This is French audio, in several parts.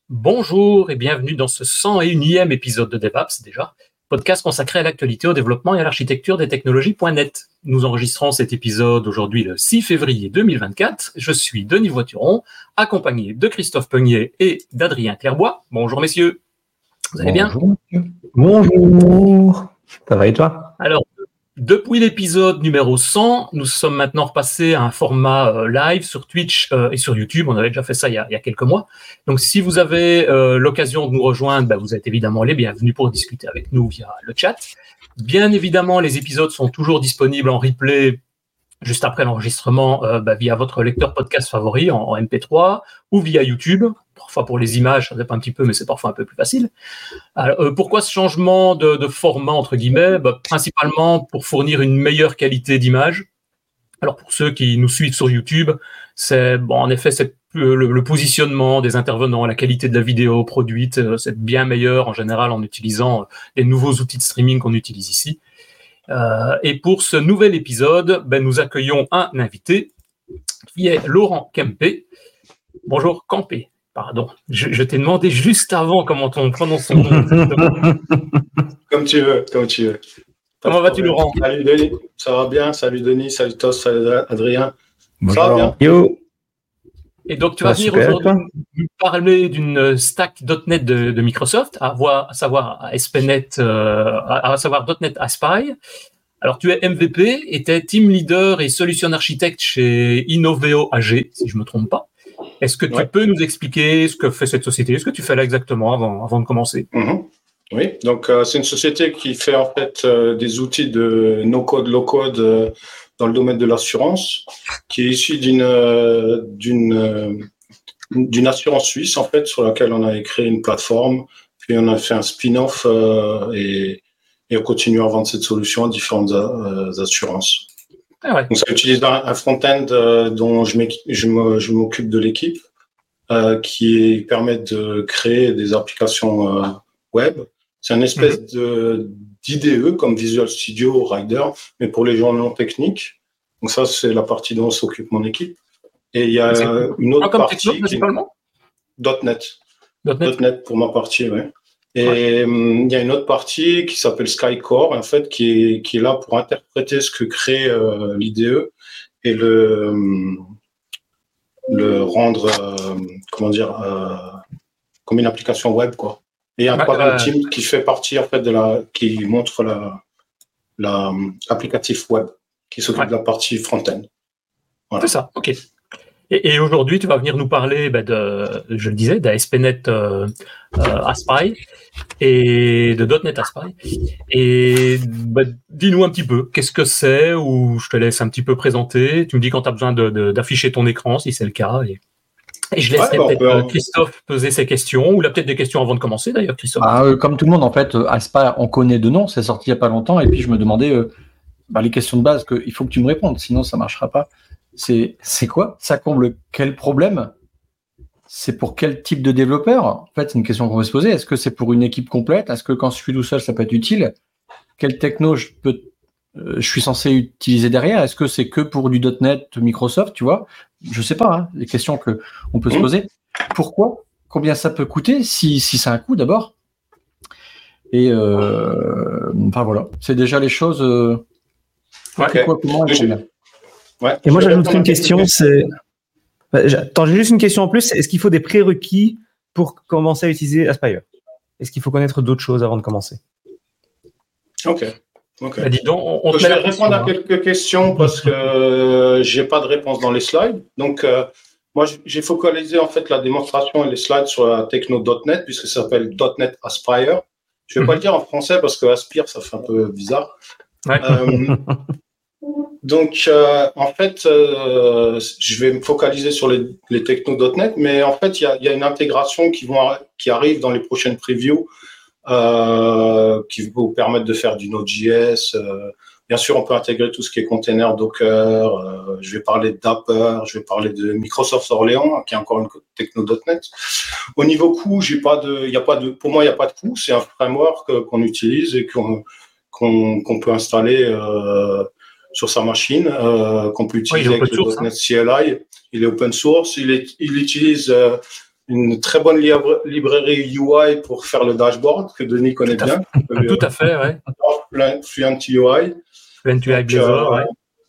Bonjour et bienvenue dans ce 101e épisode de DevApps déjà, podcast consacré à l'actualité, au développement et à l'architecture des technologies.net. Nous enregistrons cet épisode aujourd'hui le 6 février 2024. Je suis Denis Voituron, accompagné de Christophe Peugnier et d'Adrien Clairbois. Bonjour messieurs, vous allez bien ? Bonjour, ça va et toi ? Alors, depuis l'épisode numéro 100, nous sommes maintenant repassés à un format live sur Twitch et sur YouTube. On avait déjà fait ça il y a quelques mois. Donc, si vous avez l'occasion de nous rejoindre, vous êtes évidemment les bienvenus pour discuter avec nous via le chat. Bien évidemment, les épisodes sont toujours disponibles en replay juste après l'enregistrement via votre lecteur podcast favori en MP3 ou via YouTube. Parfois pour les images, ça dépend un petit peu, mais c'est parfois un peu plus facile. Alors, pourquoi ce changement de format, entre guillemets ? Principalement pour fournir une meilleure qualité d'image. Alors pour ceux qui nous suivent sur YouTube, c'est en effet le positionnement des intervenants, la qualité de la vidéo produite, c'est bien meilleur en général en utilisant les nouveaux outils de streaming qu'on utilise ici. Et pour ce nouvel épisode, nous accueillons un invité qui est Laurent Kempé. Bonjour Campé. Pardon, je t'ai demandé juste avant comment on prononce son nom. Comme tu veux. Comment vas-tu, Laurent ? Salut Denis, ça va bien. Salut Denis, salut Tos, salut Adrien. Bonjour. Ça va bien ? Yo. Et donc, tu vas venir aujourd'hui nous parler d'une stack.NET de Microsoft, à savoir ASP.NET, à savoir .NET Aspire. Alors, tu es MVP et tu es team leader et solution architecte chez Innoveo AG, si je ne me trompe pas. Est-ce que tu peux nous expliquer ce que fait cette société ? Ce que tu fais là exactement avant de commencer ? Oui, donc c'est une société qui fait en fait des outils de no-code, low-code dans le domaine de l'assurance, qui est issue d'une assurance suisse en fait, sur laquelle on avait créé une plateforme, puis on a fait un spin-off et on continue à vendre cette solution à différentes assurances. Ah ouais. Donc ça utilise un front-end dont je m'occupe de l'équipe, qui permet de créer des applications web. C'est une espèce d'IDE comme Visual Studio, Rider, mais pour les gens non techniques. Donc ça, c'est la partie dont s'occupe mon équipe. Et il y a une autre partie principalement .NET pour ma partie, oui. Et il y a une autre partie qui s'appelle Skycore, en fait, qui est là pour interpréter ce que crée l'IDE et le rendre, comme une application web, quoi. Et il y a un troisième team qui fait partie, en fait, qui montre l'applicatif web, qui s'occupe de la partie front-end. Voilà. C'est ça, ok. Et aujourd'hui, tu vas venir nous parler je le disais, d'ASP.NET Aspire et de .NET Aspire. Et dis-nous un petit peu, qu'est-ce que c'est, ou je te laisse un petit peu présenter. Tu me dis quand tu as besoin d'afficher ton écran, si c'est le cas. Et je laisserai peut-être Christophe poser ses questions, ou il a peut-être des questions avant de commencer d'ailleurs, Christophe. Comme tout le monde, en fait, Aspire, on connaît de nom, c'est sorti il n'y a pas longtemps, et puis je me demandais les questions de base, il faut que tu me répondes, sinon ça ne marchera pas. C'est quoi ? Ça comble quel problème ? C'est pour quel type de développeur ? En fait, c'est une question qu'on peut se poser. Est-ce que c'est pour une équipe complète ? Est-ce que quand je suis tout seul, ça peut être utile ? Quelle techno je suis censé utiliser derrière ? Est-ce que c'est que pour du .NET Microsoft, tu vois ? Je sais pas, les questions qu'on peut se poser. Pourquoi ? Combien ça peut coûter ? Si ça a un coût d'abord. Et voilà, c'est déjà les choses. Pourquoi, comment et combien ? Ouais. Et moi, j'ajouterais une question, Attends, j'ai juste une question en plus. Est-ce qu'il faut des prérequis pour commencer à utiliser Aspire ? Est-ce qu'il faut connaître d'autres choses avant de commencer ? Ok. Dis donc, je vais répondre à quelques questions parce que j'ai pas de réponse dans les slides. Donc, moi, j'ai focalisé en fait la démonstration et les slides sur la techno .NET puisque ça s'appelle .NET Aspire. Je vais pas le dire en français parce que Aspire, ça fait un peu bizarre. Ouais. Donc, en fait, je vais me focaliser sur les techno.NET, mais en fait, il y a une intégration qui arrive dans les prochaines previews qui vous permettre de faire du Node.js. Bien sûr, on peut intégrer tout ce qui est container, Docker. Je vais parler de Dapper, je vais parler de Microsoft Orléans, qui est encore une techno.NET. Au niveau coût, pour moi, il n'y a pas de coût. C'est un framework qu'on utilise et qu'on peut installer sur sa machine, qu'on peut utiliser avec le .NET CLI. Il est open source. Il utilise une très bonne librairie UI pour faire le dashboard que Denis connaît bien. Tout à fait, ouais. Fluent UI. Fluent UI Blazor, ouais.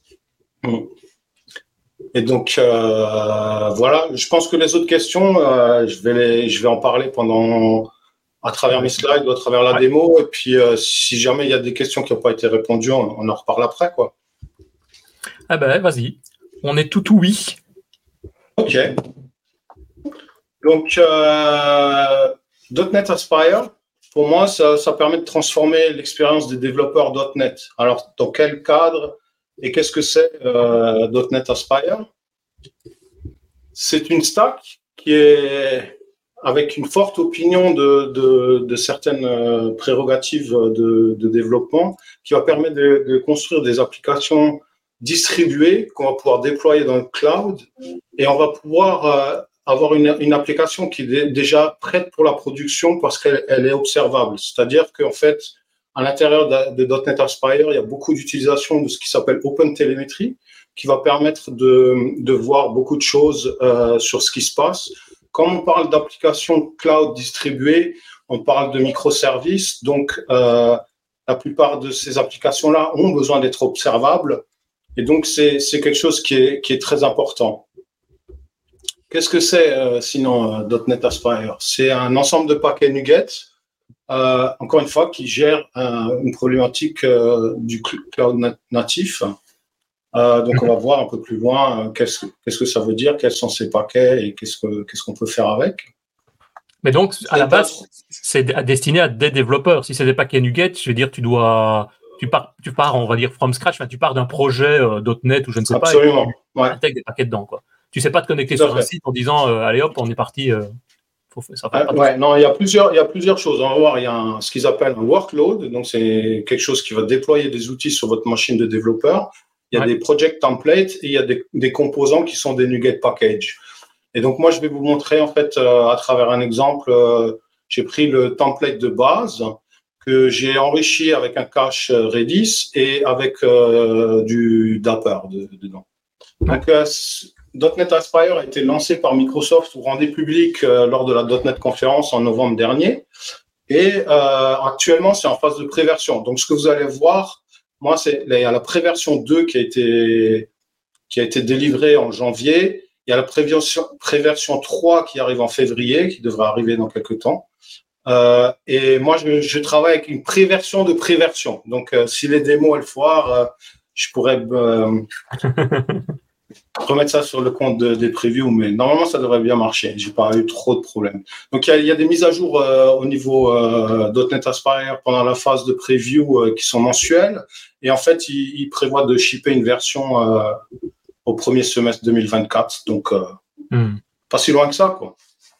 Et donc, voilà, je pense que les autres questions, je vais en parler à travers mes slides ou à travers la démo. Et puis, si jamais il y a des questions qui n'ont pas été répondues, on en reparle après, quoi. Ah ben, vas-y. On est tout oui. OK. Donc, .NET Aspire, pour moi, ça permet de transformer l'expérience des développeurs .NET. Alors, dans quel cadre et qu'est-ce que c'est .NET Aspire? C'est une stack qui est avec une forte opinion de certaines prérogatives de développement qui va permettre de construire des applications distribuées qu'on va pouvoir déployer dans le cloud et on va pouvoir avoir une application qui est déjà prête pour la production parce qu'elle est observable. C'est-à-dire qu'en fait, à l'intérieur de .NET Aspire, il y a beaucoup d'utilisation de ce qui s'appelle OpenTelemetry, qui va permettre de voir beaucoup de choses sur ce qui se passe. Quand on parle d'applications cloud distribuées, on parle de microservices. Donc, la plupart de ces applications-là ont besoin d'être observables. Et donc, c'est quelque chose qui est très important. Qu'est-ce que c'est sinon .NET Aspire? C'est un ensemble de paquets NuGet, encore une fois, qui gère une problématique du cloud natif. Donc, on va voir un peu plus loin qu'est-ce que ça veut dire, quels sont ces paquets et qu'est-ce qu'on peut faire avec. Mais donc, à la base, c'est destiné à des développeurs. Si c'est des paquets NuGet, je veux dire, tu pars, on va dire, from scratch, tu pars d'un projet .NET ou je ne sais pas. Absolument. Tu intègres des paquets dedans, quoi. Tu sais pas te connecter sur un site en disant, allez hop, on est parti. Non, il y a plusieurs choses. On va voir, il y a ce qu'ils appellent un workload. Donc, c'est quelque chose qui va déployer des outils sur votre machine de développeur. Il y a des project templates et il y a des composants qui sont des NuGet packages. Et donc, moi, je vais vous montrer, en fait, à travers un exemple, j'ai pris le template de base que j'ai enrichi avec un cache Redis et avec du Dapper dedans. Donc, .NET Aspire a été lancé par Microsoft ou rendu public lors de la .NET Conférence en novembre dernier. Et actuellement, c'est en phase de préversion. Donc, ce que vous allez voir, moi, il y a la préversion 2 qui a été délivrée en janvier. Il y a la préversion 3 qui arrive en février, qui devrait arriver dans quelques temps. Et moi, je travaille avec une préversion de préversion. Donc, si les démos, elles foirent, je pourrais remettre ça sur le compte des previews, mais normalement, ça devrait bien marcher. J'ai pas eu trop de problèmes. Donc, il y a des mises à jour au niveau .NET Aspire pendant la phase de preview qui sont mensuelles. Et en fait, ils prévoient de shipper une version au premier semestre 2024. Donc, pas si loin que ça, quoi.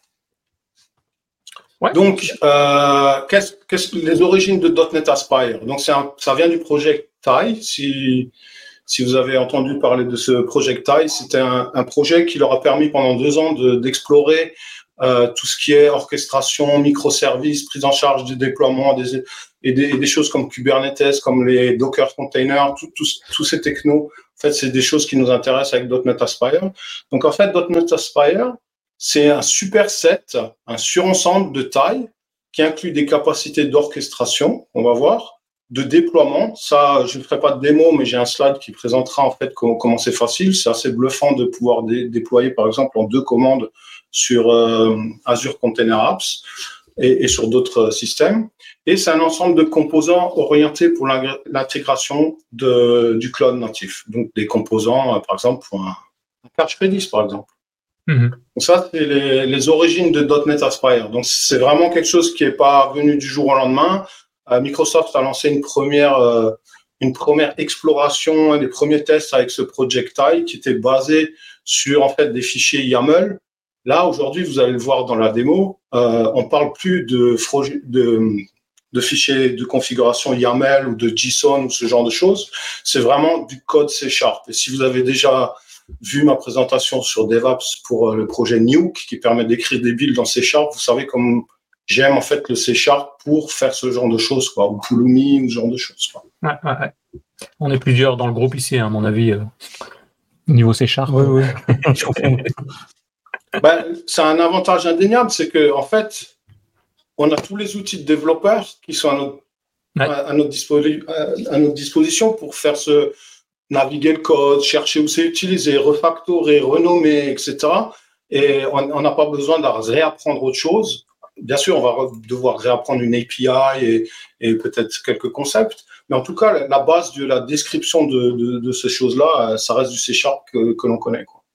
Ouais. Donc, les origines de .NET Aspire? Donc, ça vient du projet TIE. Si vous avez entendu parler de ce Project TIE, c'était un projet qui leur a permis pendant 2 ans d'explorer tout ce qui est orchestration, microservices, prise en charge du déploiement et des choses comme Kubernetes, comme les Docker containers, tous ces technos. En fait, c'est des choses qui nous intéressent avec .NET Aspire. Donc, en fait, .NET Aspire, c'est un superset, un surensemble de taille qui inclut des capacités d'orchestration, on va voir, de déploiement. Ça, je ne ferai pas de démo, mais j'ai un slide qui présentera en fait comment c'est facile. C'est assez bluffant de pouvoir déployer, par exemple, en 2 commandes sur Azure Container Apps et sur d'autres systèmes. Et c'est un ensemble de composants orientés pour l'intégration du cloud natif. Donc, des composants, par exemple, pour un cache Redis, par exemple. Donc ça, c'est les origines de .NET Aspire. Donc, c'est vraiment quelque chose qui n'est pas venu du jour au lendemain. Microsoft a lancé une première exploration et des premiers tests avec ce Project TIE qui était basé sur en fait des fichiers YAML. Là, aujourd'hui, vous allez le voir dans la démo, on parle plus de fichiers de configuration YAML ou de JSON ou ce genre de choses. C'est vraiment du code C#. Et si vous avez déjà vu ma présentation sur DevOps pour le projet Nuke qui permet d'écrire des builds en C#, vous savez comme j'aime en fait le C# pour faire ce genre de choses, quoi, ou Pulumi ou ce genre de choses, quoi. Ouais. On est plusieurs dans le groupe ici, à mon avis, au niveau C#. Oui. Je comprends. C'est un avantage indéniable, c'est que en fait, on a tous les outils de développeurs qui sont à notre disposition pour faire naviguer le code, chercher où c'est utilisé, refactorer, renommer, etc. Et on n'a pas besoin de réapprendre autre chose. Bien sûr, on va devoir réapprendre une API et peut-être quelques concepts, mais en tout cas, la base de la description de ces choses-là, ça reste du C# que l'on connaît, quoi.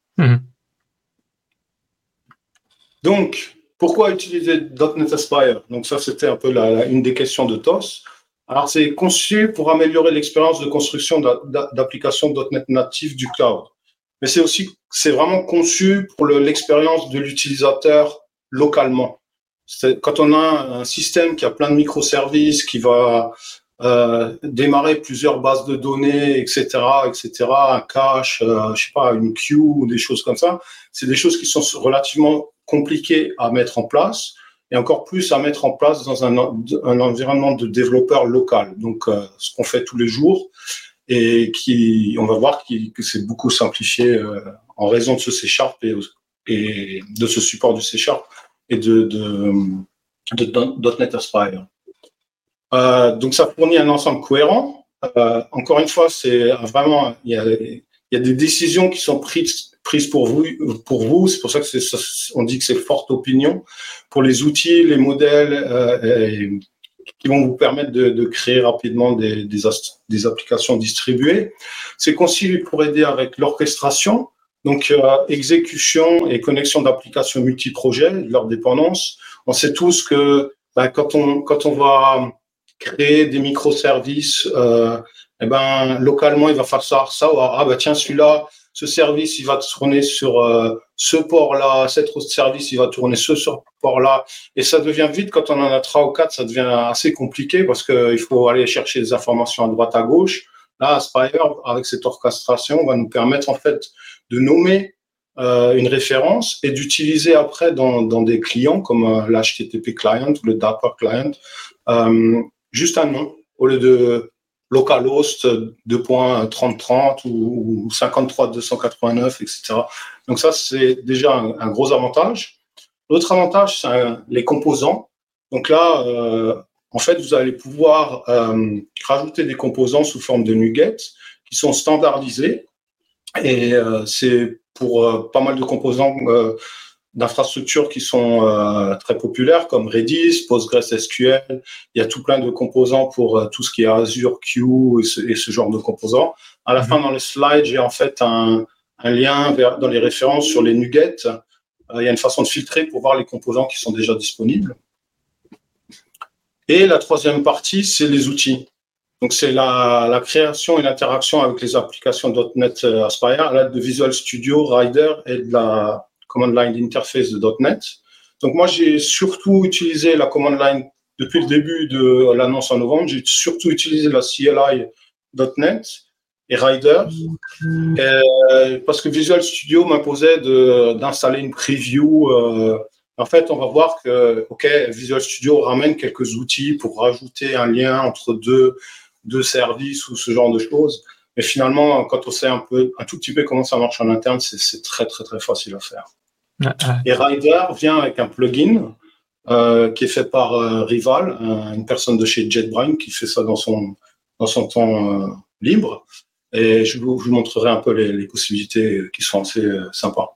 Donc, pourquoi utiliser .NET Aspire? Donc ça, c'était un peu une des questions de TOS. Alors, c'est conçu pour améliorer l'expérience de construction d'applications .NET natives du cloud. Mais c'est vraiment conçu pour l'expérience de l'utilisateur localement. Quand on a un système qui a plein de microservices, qui va démarrer plusieurs bases de données, etc., un cache, je sais pas, une queue ou des choses comme ça, c'est des choses qui sont relativement compliquées à mettre en place et encore plus à mettre en place dans un environnement de développeur local. Donc, ce qu'on fait tous les jours et on va voir que c'est beaucoup simplifié en raison de ce C# et de ce support du C# et de .NET Aspire. Donc, ça fournit un ensemble cohérent. Encore une fois, c'est vraiment, il y a des décisions qui sont prises pour vous. C'est pour ça que on dit que c'est forte opinion pour les outils, les modèles qui vont vous permettre de créer rapidement des applications distribuées. C'est conçu pour aider avec l'orchestration, donc exécution et connexion d'applications multi-projets, leur dépendance. On sait tous que quand on va créer des microservices, localement, il va falloir savoir, tiens, celui-là, ce service, il va tourner sur ce port-là, cet autre service, il va tourner ce port-là. Et ça devient vite, quand on en a 3 ou 4, ça devient assez compliqué parce qu'il faut aller chercher des informations à droite, à gauche. Là, Aspire, avec cette orchestration, va nous permettre en fait de nommer une référence et d'utiliser après dans des clients comme l'HTTP client ou le Dapper client, juste un nom au lieu de localhost 2.3030 ou 53.289, etc. Donc ça, c'est déjà un gros avantage. L'autre avantage, c'est les composants. Donc là, en fait, vous allez pouvoir rajouter des composants sous forme de nuggets qui sont standardisés. Et c'est pour pas mal de composants d'infrastructures qui sont très populaires comme Redis, PostgreSQL. Il y a tout plein de composants pour tout ce qui est Azure Queue et ce genre de composants. À la fin, dans le slide, j'ai en fait un lien dans les références sur les nuggets. Il y a une façon de filtrer pour voir les composants qui sont déjà disponibles. Et la troisième partie, c'est les outils. Donc, c'est la création et l'interaction avec les applications .NET Aspire à l'aide de Visual Studio, Rider et de la Command Line Interface de .NET. Donc, moi, j'ai surtout utilisé la Command Line depuis le début de l'annonce en novembre. J'ai surtout utilisé la CLI .NET et Rider parce que Visual Studio m'imposait d'installer une preview. En fait, on va voir que Visual Studio ramène quelques outils pour rajouter un lien entre deux services ou ce genre de choses. Mais finalement, quand on sait un tout petit peu comment ça marche en interne, c'est très, très, très facile à faire. Et Rider vient avec un plugin qui est fait par Rival, une personne de chez JetBrains qui fait ça dans son temps libre. Et je vous montrerai un peu les possibilités qui sont assez sympas.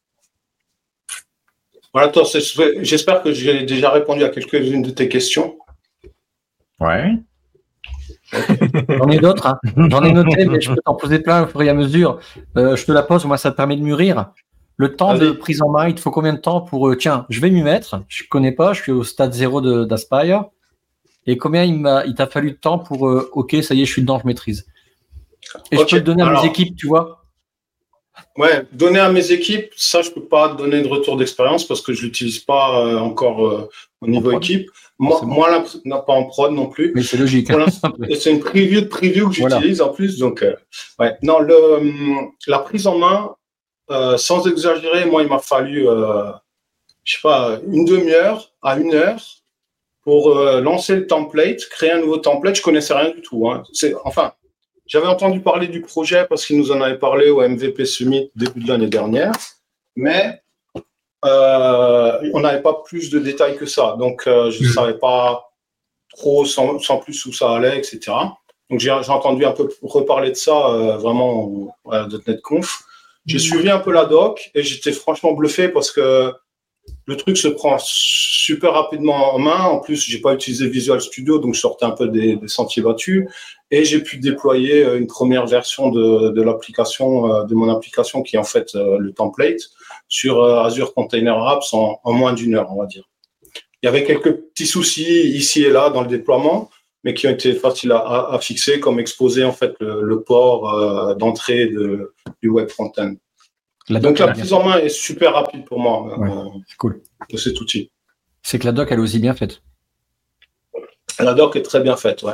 Voilà, toi, j'espère que j'ai déjà répondu à quelques-unes de tes questions. Ouais. J'en ai d'autres, hein. J'en ai noté, mais je peux t'en poser plein au fur et à mesure. Je te la pose, moi ça te permet de mûrir. Le temps de prise en main, il te faut combien de temps pour tiens, je vais m'y mettre, je connais pas, je suis au stade 0 d'Aspire. Et combien il t'a fallu de temps pour ok, ça y est, je suis dedans, je maîtrise. Et je peux le donner à mes équipes, tu vois. Ouais, donner à mes équipes, ça je peux pas donner de retour d'expérience parce que je l'utilise pas encore au niveau équipe. Moi, pas en prod non plus. Mais c'est logique. C'est une preview que j'utilise en plus, donc ouais. Non, la prise en main, sans exagérer, moi il m'a fallu, je sais pas, une demi-heure à 1 heure pour lancer le template, créer un nouveau template. Je connaissais rien du tout. Hein. J'avais entendu parler du projet parce qu'il nous en avait parlé au MVP Summit début de l'année dernière, mais on n'avait pas plus de détails que ça. Donc, je ne savais pas trop sans plus où ça allait, etc. Donc, j'ai entendu un peu reparler de ça vraiment à .NET Conf. J'ai suivi un peu la doc et j'étais franchement bluffé parce que le truc se prend super rapidement en main. En plus, j'ai pas utilisé Visual Studio, donc je sortais un peu des sentiers battus. Et j'ai pu déployer une première version de l'application, de mon application, qui est en fait le template, sur Azure Container Apps en moins d'1 heure, on va dire. Il y avait quelques petits soucis ici et là dans le déploiement, mais qui ont été faciles à fixer, comme exposer en fait le port d'entrée du web front-end. Donc la prise en main est super rapide pour moi. C'est cool. De cet outil. C'est que la doc, elle est aussi bien faite. La doc est très bien faite, ouais.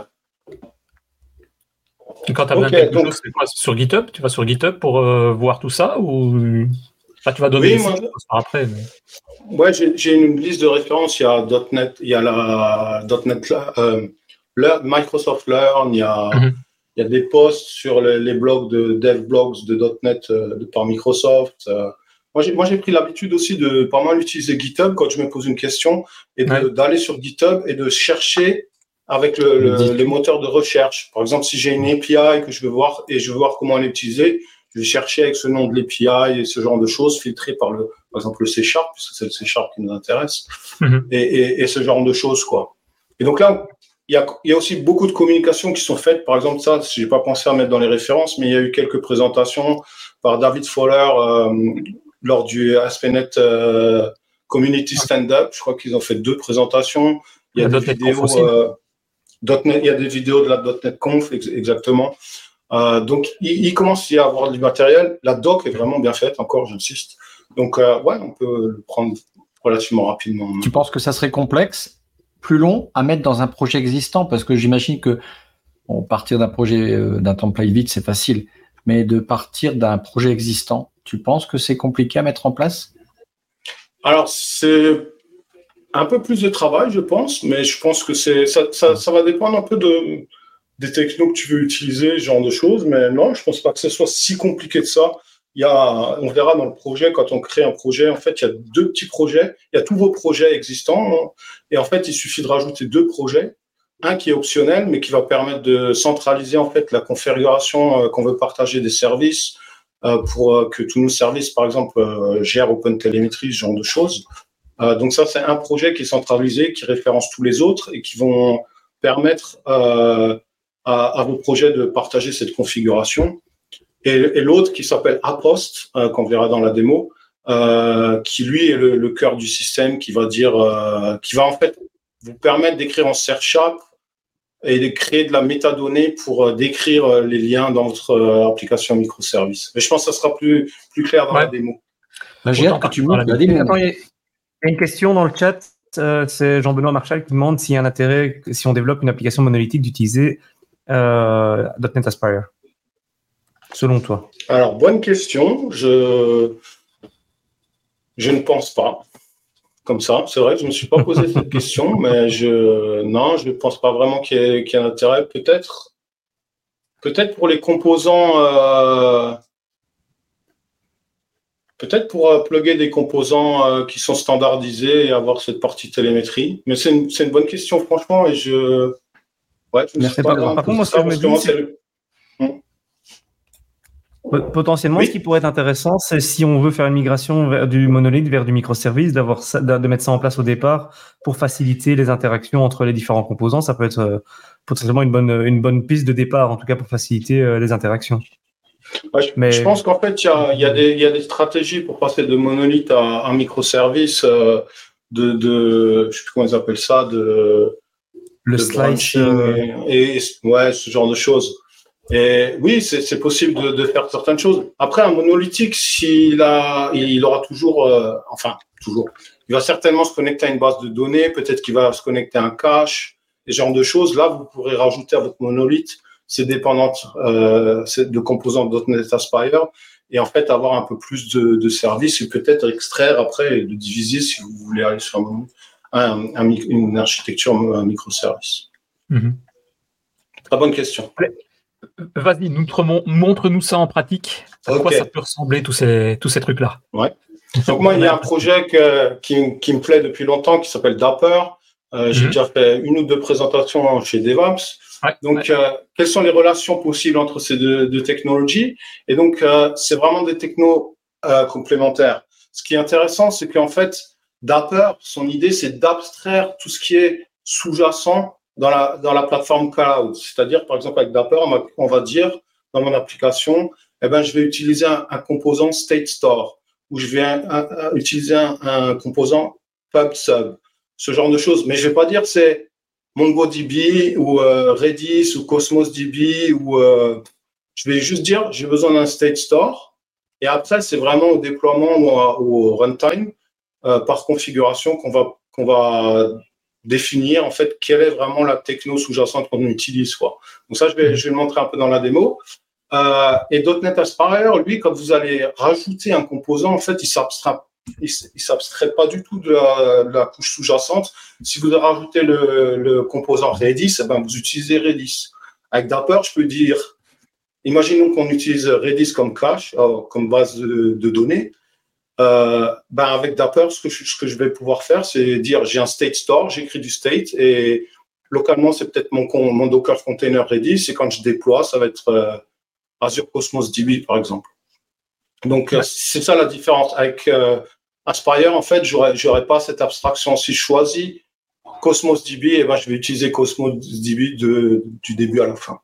Et quand tu as besoin de quelque chose, c'est quoi, sur GitHub? Tu vas sur GitHub pour voir tout ça ou tu vas donner après mais... Ouais, j'ai une liste de références. Il y a .NET, il y a la .NET, Microsoft Learn, il y a des posts sur les blogs de dev blogs de .NET par Microsoft. Moi, j'ai pris l'habitude aussi de pas mal utiliser GitHub quand je me pose une question et d'aller sur GitHub et de chercher avec les moteurs de recherche. Par exemple, si j'ai une API que je veux voir et je veux voir comment l'utiliser, je vais chercher avec ce nom de l'API et ce genre de choses, filtré par exemple le C#, puisque c'est le C# qui nous intéresse, et ce genre de choses, quoi. Et donc là, il y a aussi beaucoup de communications qui sont faites. Par exemple, ça, j'ai pas pensé à mettre dans les références, mais il y a eu quelques présentations par David Fowler lors du ASP.NET Community Stand-Up. Je crois qu'ils ont fait 2 présentations. Il y a des vidéos, il y a des vidéos de la .NET Conf, exactement. Donc, il commence à y avoir du matériel. La doc est vraiment bien faite, encore, j'insiste. Donc, ouais, on peut le prendre relativement rapidement. Tu penses que ça serait complexe, plus long à mettre dans un projet existant? Parce que j'imagine que partir d'un projet, d'un template vide, c'est facile. Mais de partir d'un projet existant, tu penses que c'est compliqué à mettre en place? Alors, c'est un peu plus de travail, je pense, mais je pense que ça va dépendre un peu des technos que tu veux utiliser, ce genre de choses. Mais non, je pense pas que ce soit si compliqué que ça. On verra dans le projet, quand on crée un projet, en fait, il y a 2 petits projets. Il y a tous vos projets existants. Et en fait, il suffit de rajouter 2 projets. Un qui est optionnel, mais qui va permettre de centraliser, en fait, la configuration qu'on veut partager des services pour que tous nos services, par exemple, gèrent OpenTelemetry, ce genre de choses. Donc ça, c'est un projet qui est centralisé, qui référence tous les autres et qui vont permettre à vos projets de partager cette configuration. Et l'autre qui s'appelle Apost, qu'on verra dans la démo, qui lui est le cœur du système, qui va en fait vous permettre d'écrire en C# et de créer de la métadonnée pour décrire les liens dans votre application microservice. Mais je pense que ça sera plus clair dans la démo. J'ai hâte que tu montres la démo. Il y a une question dans le chat. C'est Jean-Benoît Marchal qui demande s'il y a un intérêt, si on développe une application monolithique, d'utiliser .NET Aspire. Selon toi? Alors, bonne question. Je ne pense pas. Comme ça, c'est vrai que je ne me suis pas posé cette question, mais je ne pense pas vraiment qu'il y ait un intérêt. Peut-être pour les composants, peut-être pour plugger des composants qui sont standardisés et avoir cette partie télémétrie. Mais c'est une bonne question, franchement, et je ne sais pas. Par contre, moi, ce que je me dis, c'est... Potentiellement, ce qui pourrait être intéressant, c'est si on veut faire une migration du monolithe vers du microservice, de mettre ça en place au départ pour faciliter les interactions entre les différents composants. Ça peut être potentiellement une bonne piste de départ, en tout cas pour faciliter les interactions. Ouais, je pense qu'en fait, il y a des stratégies pour passer de monolithe à un microservice, je sais plus comment ils appellent ça, le slice et ce genre de choses. Et oui, c'est possible de faire certaines choses. Après, un monolithique, il aura toujours, il va certainement se connecter à une base de données, peut-être qu'il va se connecter à un cache, ce genre de choses. Là, vous pourrez rajouter à votre monolithe ces dépendantes de composants .NET Aspire et en fait avoir un peu plus de services et peut-être extraire après et de diviser si vous voulez aller sur une architecture microservice. Très bonne question. Vas-y, montre-nous ça en pratique. À quoi ça peut ressembler, tous ces trucs-là? Ouais. Donc moi, il y a un projet qui me plaît depuis longtemps qui s'appelle Dapper. J'ai déjà fait une ou deux présentations chez DevOps. Donc, quelles sont les relations possibles entre ces deux technologies? Et donc, c'est vraiment des technos complémentaires. Ce qui est intéressant, c'est qu'en fait, Dapper, son idée, c'est d'abstraire tout ce qui est sous-jacent dans la plateforme cloud. C'est-à-dire, par exemple, avec Dapper, on va dire dans mon application, je vais utiliser un composant State Store ou je vais utiliser un composant PubSub, ce genre de choses. Mais je vais pas dire c'est MongoDB ou Redis ou Cosmos DB ou je vais juste dire j'ai besoin d'un State Store et après c'est vraiment au déploiement ou au runtime par configuration qu'on va définir en fait quelle est vraiment la techno sous-jacente qu'on utilise quoi. Donc ça je vais le montrer un peu dans la démo. Et .NET Aspire, lui, quand vous allez rajouter un composant, en fait, il s'abstrait pas du tout de la couche sous-jacente. Si vous rajoutez le composant Redis, vous utilisez Redis. Avec Dapper, je peux dire, imaginons qu'on utilise Redis comme cache, comme base de données. Avec Dapper, ce que je vais pouvoir faire, c'est dire j'ai un state store, j'écris du state et localement, c'est peut-être mon Docker container Redis et quand je déploie, ça va être Azure Cosmos DB, par exemple. Donc, c'est ça la différence. Avec Aspire, en fait, j'aurais pas cette abstraction. Si je choisis Cosmos DB, je vais utiliser Cosmos DB du début à la fin.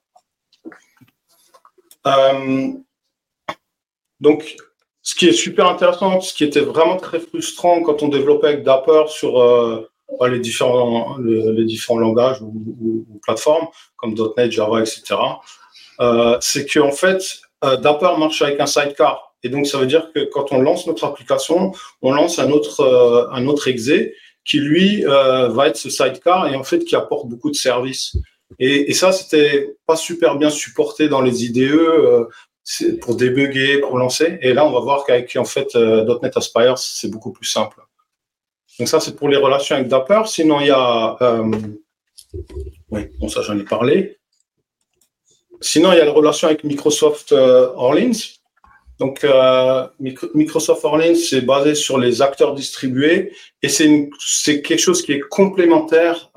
Donc, ce qui est super intéressant, ce qui était vraiment très frustrant quand on développait avec Dapper sur les différents langages ou plateformes, comme .NET, Java, etc., c'est qu'en fait, Dapper marche avec un sidecar. Et donc, ça veut dire que quand on lance notre application, on lance un autre exe qui, lui, va être ce sidecar et en fait, qui apporte beaucoup de services. Et ça, c'était pas super bien supporté dans les IDE pour débugger, pour lancer. Et là, on va voir qu'avec, en fait, .NET Aspire, c'est beaucoup plus simple. Donc ça, c'est pour les relations avec Dapper. Sinon, il y a... ça, j'en ai parlé. Sinon, il y a la relation avec Microsoft Orleans. Donc, Microsoft Orleans, c'est basé sur les acteurs distribués et c'est quelque chose qui est complémentaire.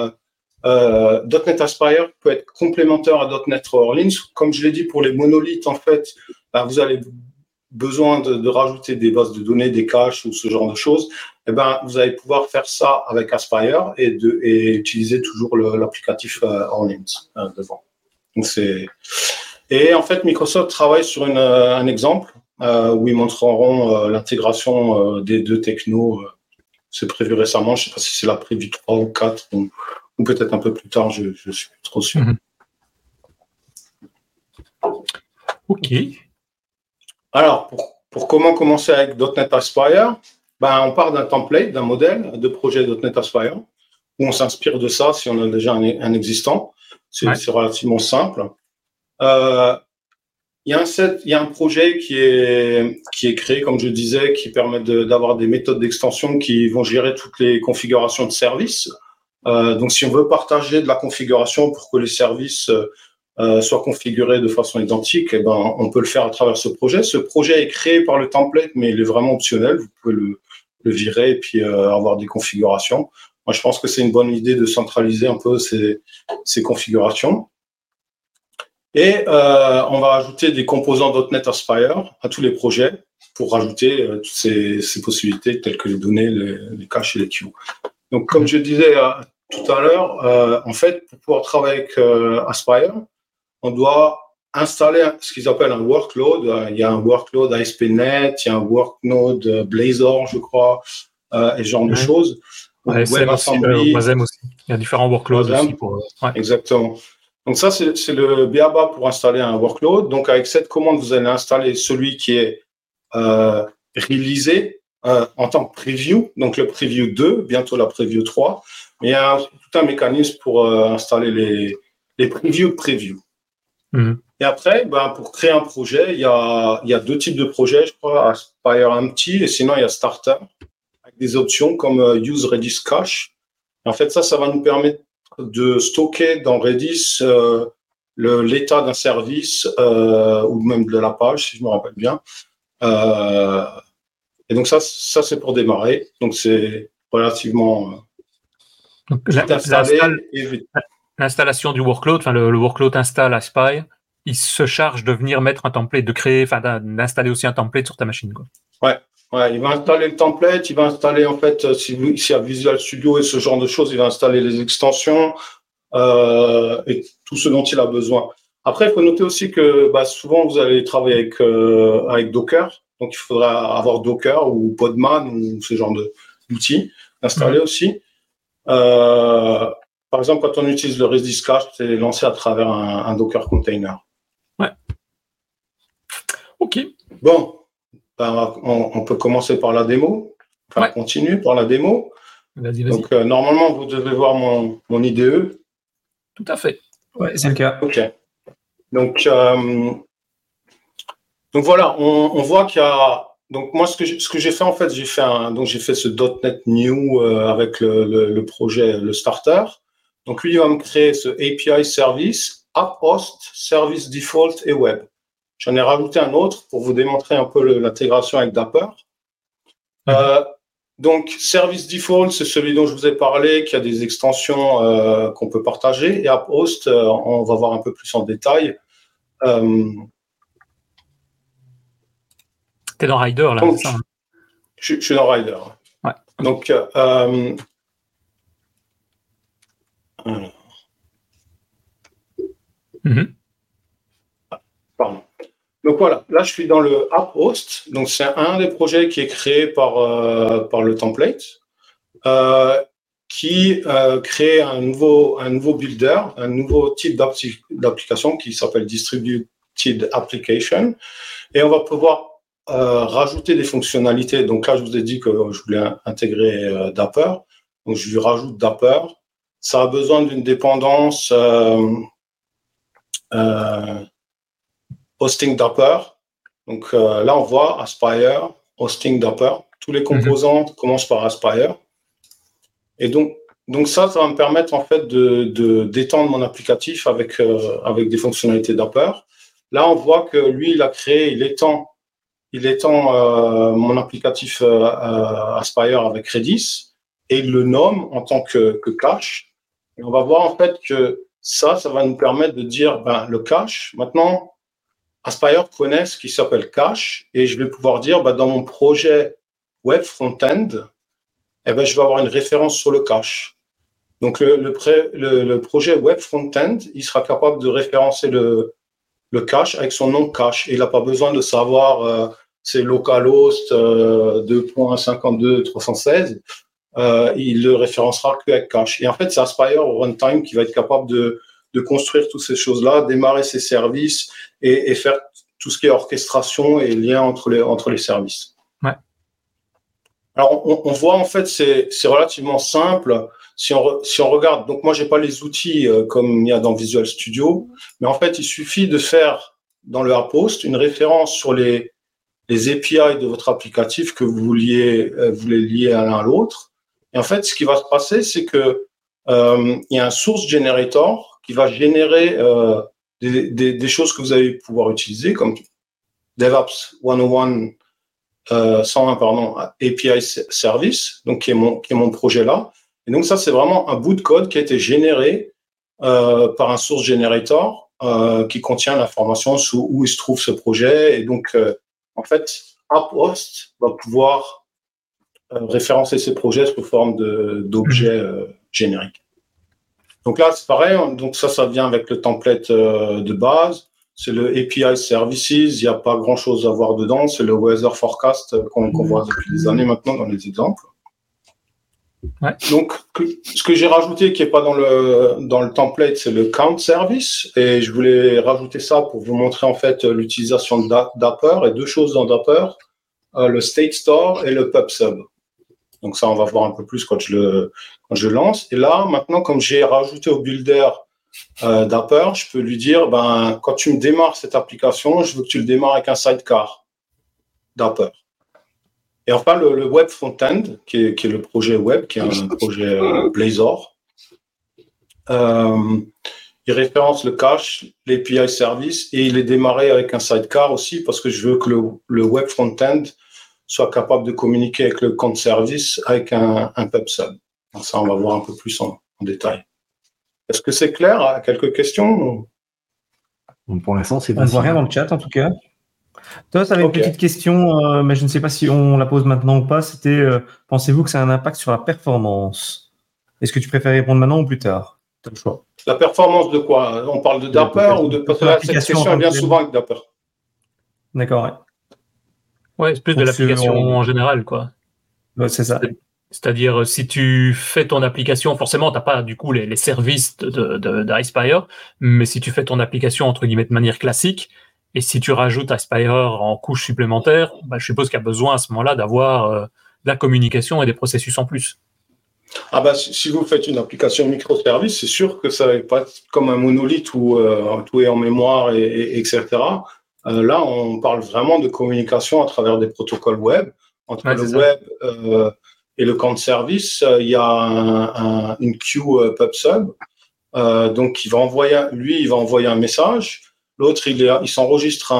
.NET Aspire peut être complémentaire à .NET Orleans. Comme je l'ai dit, pour les monolithes, en fait, vous avez besoin de rajouter des bases de données, des caches ou ce genre de choses. Vous allez pouvoir faire ça avec Aspire et utiliser toujours l'applicatif Orleans devant. Donc et en fait, Microsoft travaille sur un exemple où ils montreront l'intégration des deux technos. C'est prévu récemment. Je ne sais pas si c'est la prévue 3 ou 4 ou peut-être un peu plus tard. Je ne suis plus trop sûr. OK. Alors, pour comment commencer avec .NET Aspire, on part d'un template, d'un modèle de projet .NET Aspire où on s'inspire de ça si on a déjà un existant. C'est relativement simple. Il y a un projet qui est créé, comme je disais, qui permet d'avoir des méthodes d'extension qui vont gérer toutes les configurations de services. Donc, si on veut partager de la configuration pour que les services soient configurés de façon identique, on peut le faire à travers ce projet. Ce projet est créé par le template, mais il est vraiment optionnel. Vous pouvez le virer et puis avoir des configurations. Moi, je pense que c'est une bonne idée de centraliser un peu ces configurations. Et on va ajouter des composants .NET Aspire à tous les projets pour rajouter toutes ces possibilités telles que les données, les caches et les queues. Donc, comme je disais tout à l'heure, en fait, pour pouvoir travailler avec Aspire, on doit installer ce qu'ils appellent un workload. Il y a un workload ASP.NET, il y a un workload Blazor, je crois, et ce genre de choses. WebAssembly aussi. Il y a différents workloads aussi. Exactement. Donc ça, c'est le BABA pour installer un workload. Donc avec cette commande, vous allez installer celui qui est releasé en tant que preview, donc le preview 2, bientôt la preview 3. Mais il y a tout un mécanisme pour installer les previews de preview. Et après, pour créer un projet, il y a deux types de projets, je crois, Aspire Empty et sinon il y a Starter, avec des options comme Use Redis Cache. Et en fait, ça va nous permettre de stocker dans Redis l'état d'un service ou même de la page, si je me rappelle bien. Et donc ça c'est pour démarrer. Donc c'est relativement Donc, installé et vite. L'installation du workload, enfin le workload install Aspire, il se charge de venir mettre un template, de créer, enfin d'installer aussi un template sur ta machine, quoi. Ouais, il va installer le template, il va installer en fait, s'il y a Visual Studio et ce genre de choses, il va installer les extensions et tout ce dont il a besoin. Après, il faut noter aussi que souvent vous allez travailler avec Docker, donc il faudra avoir Docker ou Podman ou ce genre d'outils installés aussi. Par exemple, quand on utilise le Redis Cache, c'est lancé à travers un Docker container. Ouais. Ok. Bon. On peut commencer par la démo. Enfin, ouais. Continue par la démo. Vas-y. Donc, normalement, vous devez voir mon IDE. Tout à fait. Ouais, c'est le cas. OK. Donc voilà, on voit qu'il y a... Donc, moi, ce que j'ai fait, en fait, j'ai fait ce .NET New avec le projet, le starter. Donc, lui, il va me créer ce API Service, App Host, Service Default et Web. J'en ai rajouté un autre pour vous démontrer un peu l'intégration avec Dapper. Donc, Service Default, c'est celui dont je vous ai parlé, qui a des extensions qu'on peut partager. Et App Host, on va voir un peu plus en détail. T'es dans Rider, là, donc, c'est ça, hein? Je suis dans Rider. Ouais. Donc, pardon. Donc voilà, là je suis dans le App Host. Donc c'est un des projets qui est créé par le template, qui crée un nouveau builder, un nouveau type d'application qui s'appelle Distributed Application, et on va pouvoir rajouter des fonctionnalités. Donc là je vous ai dit que je voulais intégrer Dapper, donc je lui rajoute Dapper. Ça a besoin d'une dépendance hosting Dapper. Donc là, on voit Aspire, hosting Dapper. Tous les composants commencent par Aspire. Et donc ça va me permettre en fait d'étendre mon applicatif avec des fonctionnalités Dapper. Là, on voit que lui, il étend mon applicatif Aspire avec Redis et il le nomme en tant que cache. Et on va voir en fait que ça va nous permettre de dire, le cache, maintenant, Aspire connaît ce qui s'appelle cache et je vais pouvoir dire, dans mon projet web front-end, je vais avoir une référence sur le cache. Donc, le projet web front-end, il sera capable de référencer le cache avec son nom cache. Et il n'a pas besoin de savoir c'est localhost 2.52.316. Il le référencera qu'avec cache. Et en fait, c'est Aspire au runtime qui va être capable de construire toutes ces choses-là, démarrer ses services et faire tout ce qui est orchestration et lien entre les services. Ouais. Alors, on voit en fait, c'est relativement simple. Si on regarde, donc moi, j'ai pas les outils comme il y a dans Visual Studio, mais en fait, il suffit de faire dans le App Host une référence sur les API de votre applicatif que vous voulez lier à l'un à l'autre. Et en fait, ce qui va se passer, c'est que il y a un source generator qui va générer des choses que vous allez pouvoir utiliser, comme DevOps 101, 101 pardon, API Service, donc qui est mon projet là. Et donc ça, c'est vraiment un bout de code qui a été généré par un source generator qui contient l'information sur où il se trouve ce projet. Et donc, en fait, AppHost va pouvoir référencer ces projets sous forme d'objets génériques. Donc là, c'est pareil. Donc ça vient avec le template de base. C'est le API Services. Il n'y a pas grand-chose à voir dedans. C'est le Weather Forecast qu'on voit depuis des années maintenant dans les exemples. Ouais. Donc, ce que j'ai rajouté qui n'est pas dans le template, c'est le Count Service. Et je voulais rajouter ça pour vous montrer en fait l'utilisation de Dapper et deux choses dans Dapper, le State Store et le PubSub. Donc ça, on va voir un peu plus quand je lance. Et là, maintenant, comme j'ai rajouté au builder Dapper, je peux lui dire, quand tu me démarres cette application, je veux que tu le démarres avec un sidecar Dapper. Et enfin, le web front-end, qui est le projet web, qui est un projet Blazor, il référence le cache, l'API service, et il est démarré avec un sidecar aussi, parce que je veux que le web front-end soit capable de communiquer avec le compte service avec un PubSub. Donc ça, on va voir un peu plus en détail. Est-ce que c'est clair? Quelques questions? Pour l'instant, c'est On ne voit rien dans le chat, en tout cas. Toi, tu avais une petite question, mais je ne sais pas si on la pose maintenant ou pas. C'était, pensez-vous que ça a un impact sur la performance? Est-ce que tu préfères répondre maintenant ou plus tard? Tu as le choix. La performance de quoi? On parle de Dapper ou de cette question vient souvent avec Dapper. D'accord, ouais. Ouais, c'est plus de l'application en général, quoi. Ouais, c'est ça. C'est-à-dire, si tu fais ton application, forcément, tu n'as pas du coup les services d'Ispire, mais si tu fais ton application entre guillemets de manière classique, et si tu rajoutes Aspire en couche supplémentaire, je suppose qu'il y a besoin à ce moment-là d'avoir de la communication et des processus en plus. Ah si vous faites une application microservice, c'est sûr que ça va pas être comme un monolithe où tout est en mémoire, etc. Là, on parle vraiment de communication à travers des protocoles web. Entre le web et le compte service, il y a une queue PubSub. Donc, il va envoyer un message. L'autre, il s'enregistre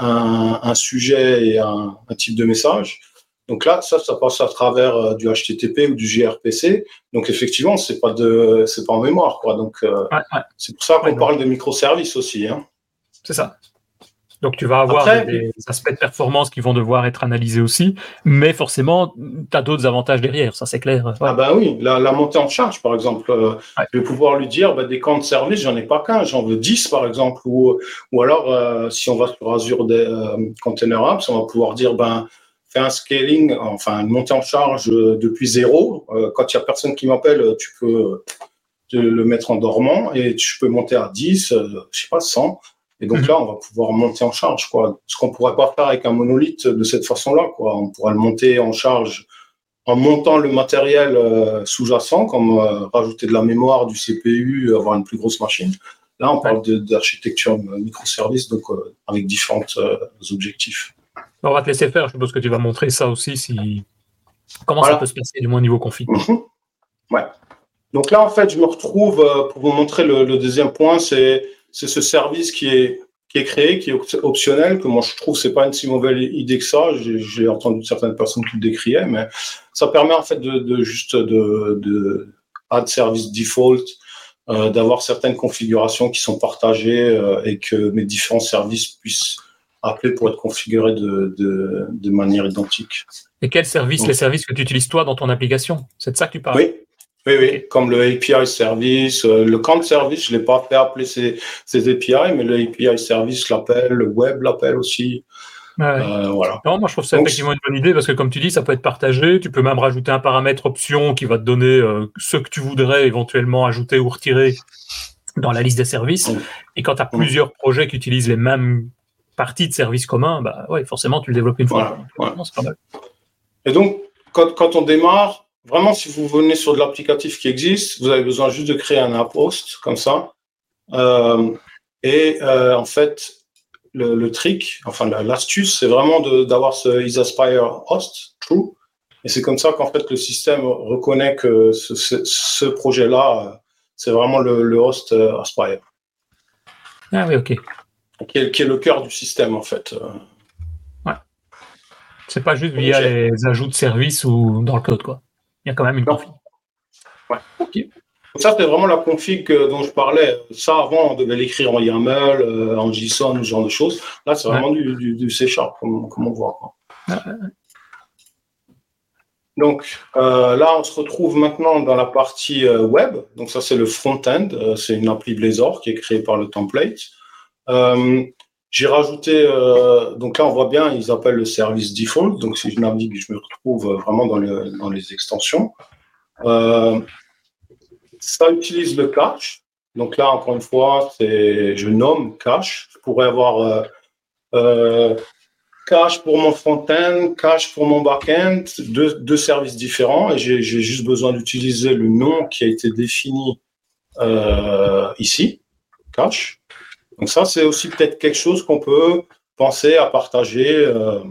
un sujet et un type de message. Donc là, ça passe à travers du HTTP ou du gRPC. Donc effectivement, c'est pas en mémoire, quoi. Donc c'est pour ça qu'on parle de microservices aussi, hein. C'est ça. Donc tu vas avoir des aspects de performance qui vont devoir être analysés aussi, mais forcément, tu as d'autres avantages derrière, ça c'est clair. Ouais. Ah ben oui, la montée en charge, par exemple, je vais pouvoir lui dire, des comptes de service, j'en ai pas qu'un, j'en veux 10, par exemple, ou alors, si on va sur Azure Container Apps, on va pouvoir dire, fais un scaling, enfin une montée en charge depuis 0. Quand il n'y a personne qui m'appelle, tu peux le mettre en dormant et tu peux monter à 10, je sais pas, 100. Et donc là, on va pouvoir monter en charge, quoi. Ce qu'on pourrait pas faire avec un monolithe de cette façon-là, quoi. On pourrait le monter en charge en montant le matériel sous-jacent, comme rajouter de la mémoire, du CPU, avoir une plus grosse machine. Là, on parle d'architecture microservice, donc avec différents objectifs. On va te laisser faire. Je suppose que tu vas montrer ça aussi. Comment ça peut se passer, du moins au niveau config. Ouais. Donc là, en fait, je me retrouve pour vous montrer le deuxième point, c'est ce service qui est créé, qui est optionnel, que moi je trouve c'est pas une si mauvaise idée que ça. J'ai entendu certaines personnes qui le décriaient, mais ça permet en fait de add service default, d'avoir certaines configurations qui sont partagées et que mes différents services puissent appeler pour être configurés de manière identique. Et quels services? Les services que tu utilises toi dans ton application? C'est de ça que tu parles? Oui, comme le API service, le compte service, je l'ai pas fait appeler ces API, mais le API service l'appelle, le web l'appelle aussi. Voilà. Non, moi je trouve ça effectivement une bonne idée parce que comme tu dis, ça peut être partagé. Tu peux même rajouter un paramètre option qui va te donner ce que tu voudrais éventuellement ajouter ou retirer dans la liste des services. Et quand tu as plusieurs projets qui utilisent les mêmes parties de services communs, forcément tu le développes une fois. Voilà. Non, c'est pas mal. Et donc, quand on démarre, vraiment, si vous venez sur de l'applicatif qui existe, vous avez besoin juste de créer un app host comme ça. En fait, le trick, enfin l'astuce, c'est vraiment d'avoir ce isAspire host true. Et c'est comme ça qu'en fait le système reconnaît que ce projet-là, c'est vraiment le host Aspire. Ah oui, ok. Qui est le cœur du système en fait. Ouais. C'est pas juste via les ajouts de services ou dans le code, quoi. Il y a quand même une config. Ouais. Ok. Ça, c'est vraiment la config dont je parlais. Ça, avant, on devait l'écrire en YAML, en JSON, ce genre de choses. Là, c'est vraiment du C#, comme on voit. Quoi. Donc, là, on se retrouve maintenant dans la partie web. Donc, ça, c'est le front-end. C'est une appli Blazor qui est créée par le template. J'ai rajouté, donc là on voit bien, ils appellent le service default. Donc si je navigue, je me retrouve vraiment dans les extensions. Ça utilise le cache. Donc là encore une fois, je nomme cache. Je pourrais avoir cache pour mon front-end, cache pour mon back-end, deux services différents. Et j'ai juste besoin d'utiliser le nom qui a été défini ici, cache. Donc ça, c'est aussi peut-être quelque chose qu'on peut penser à partager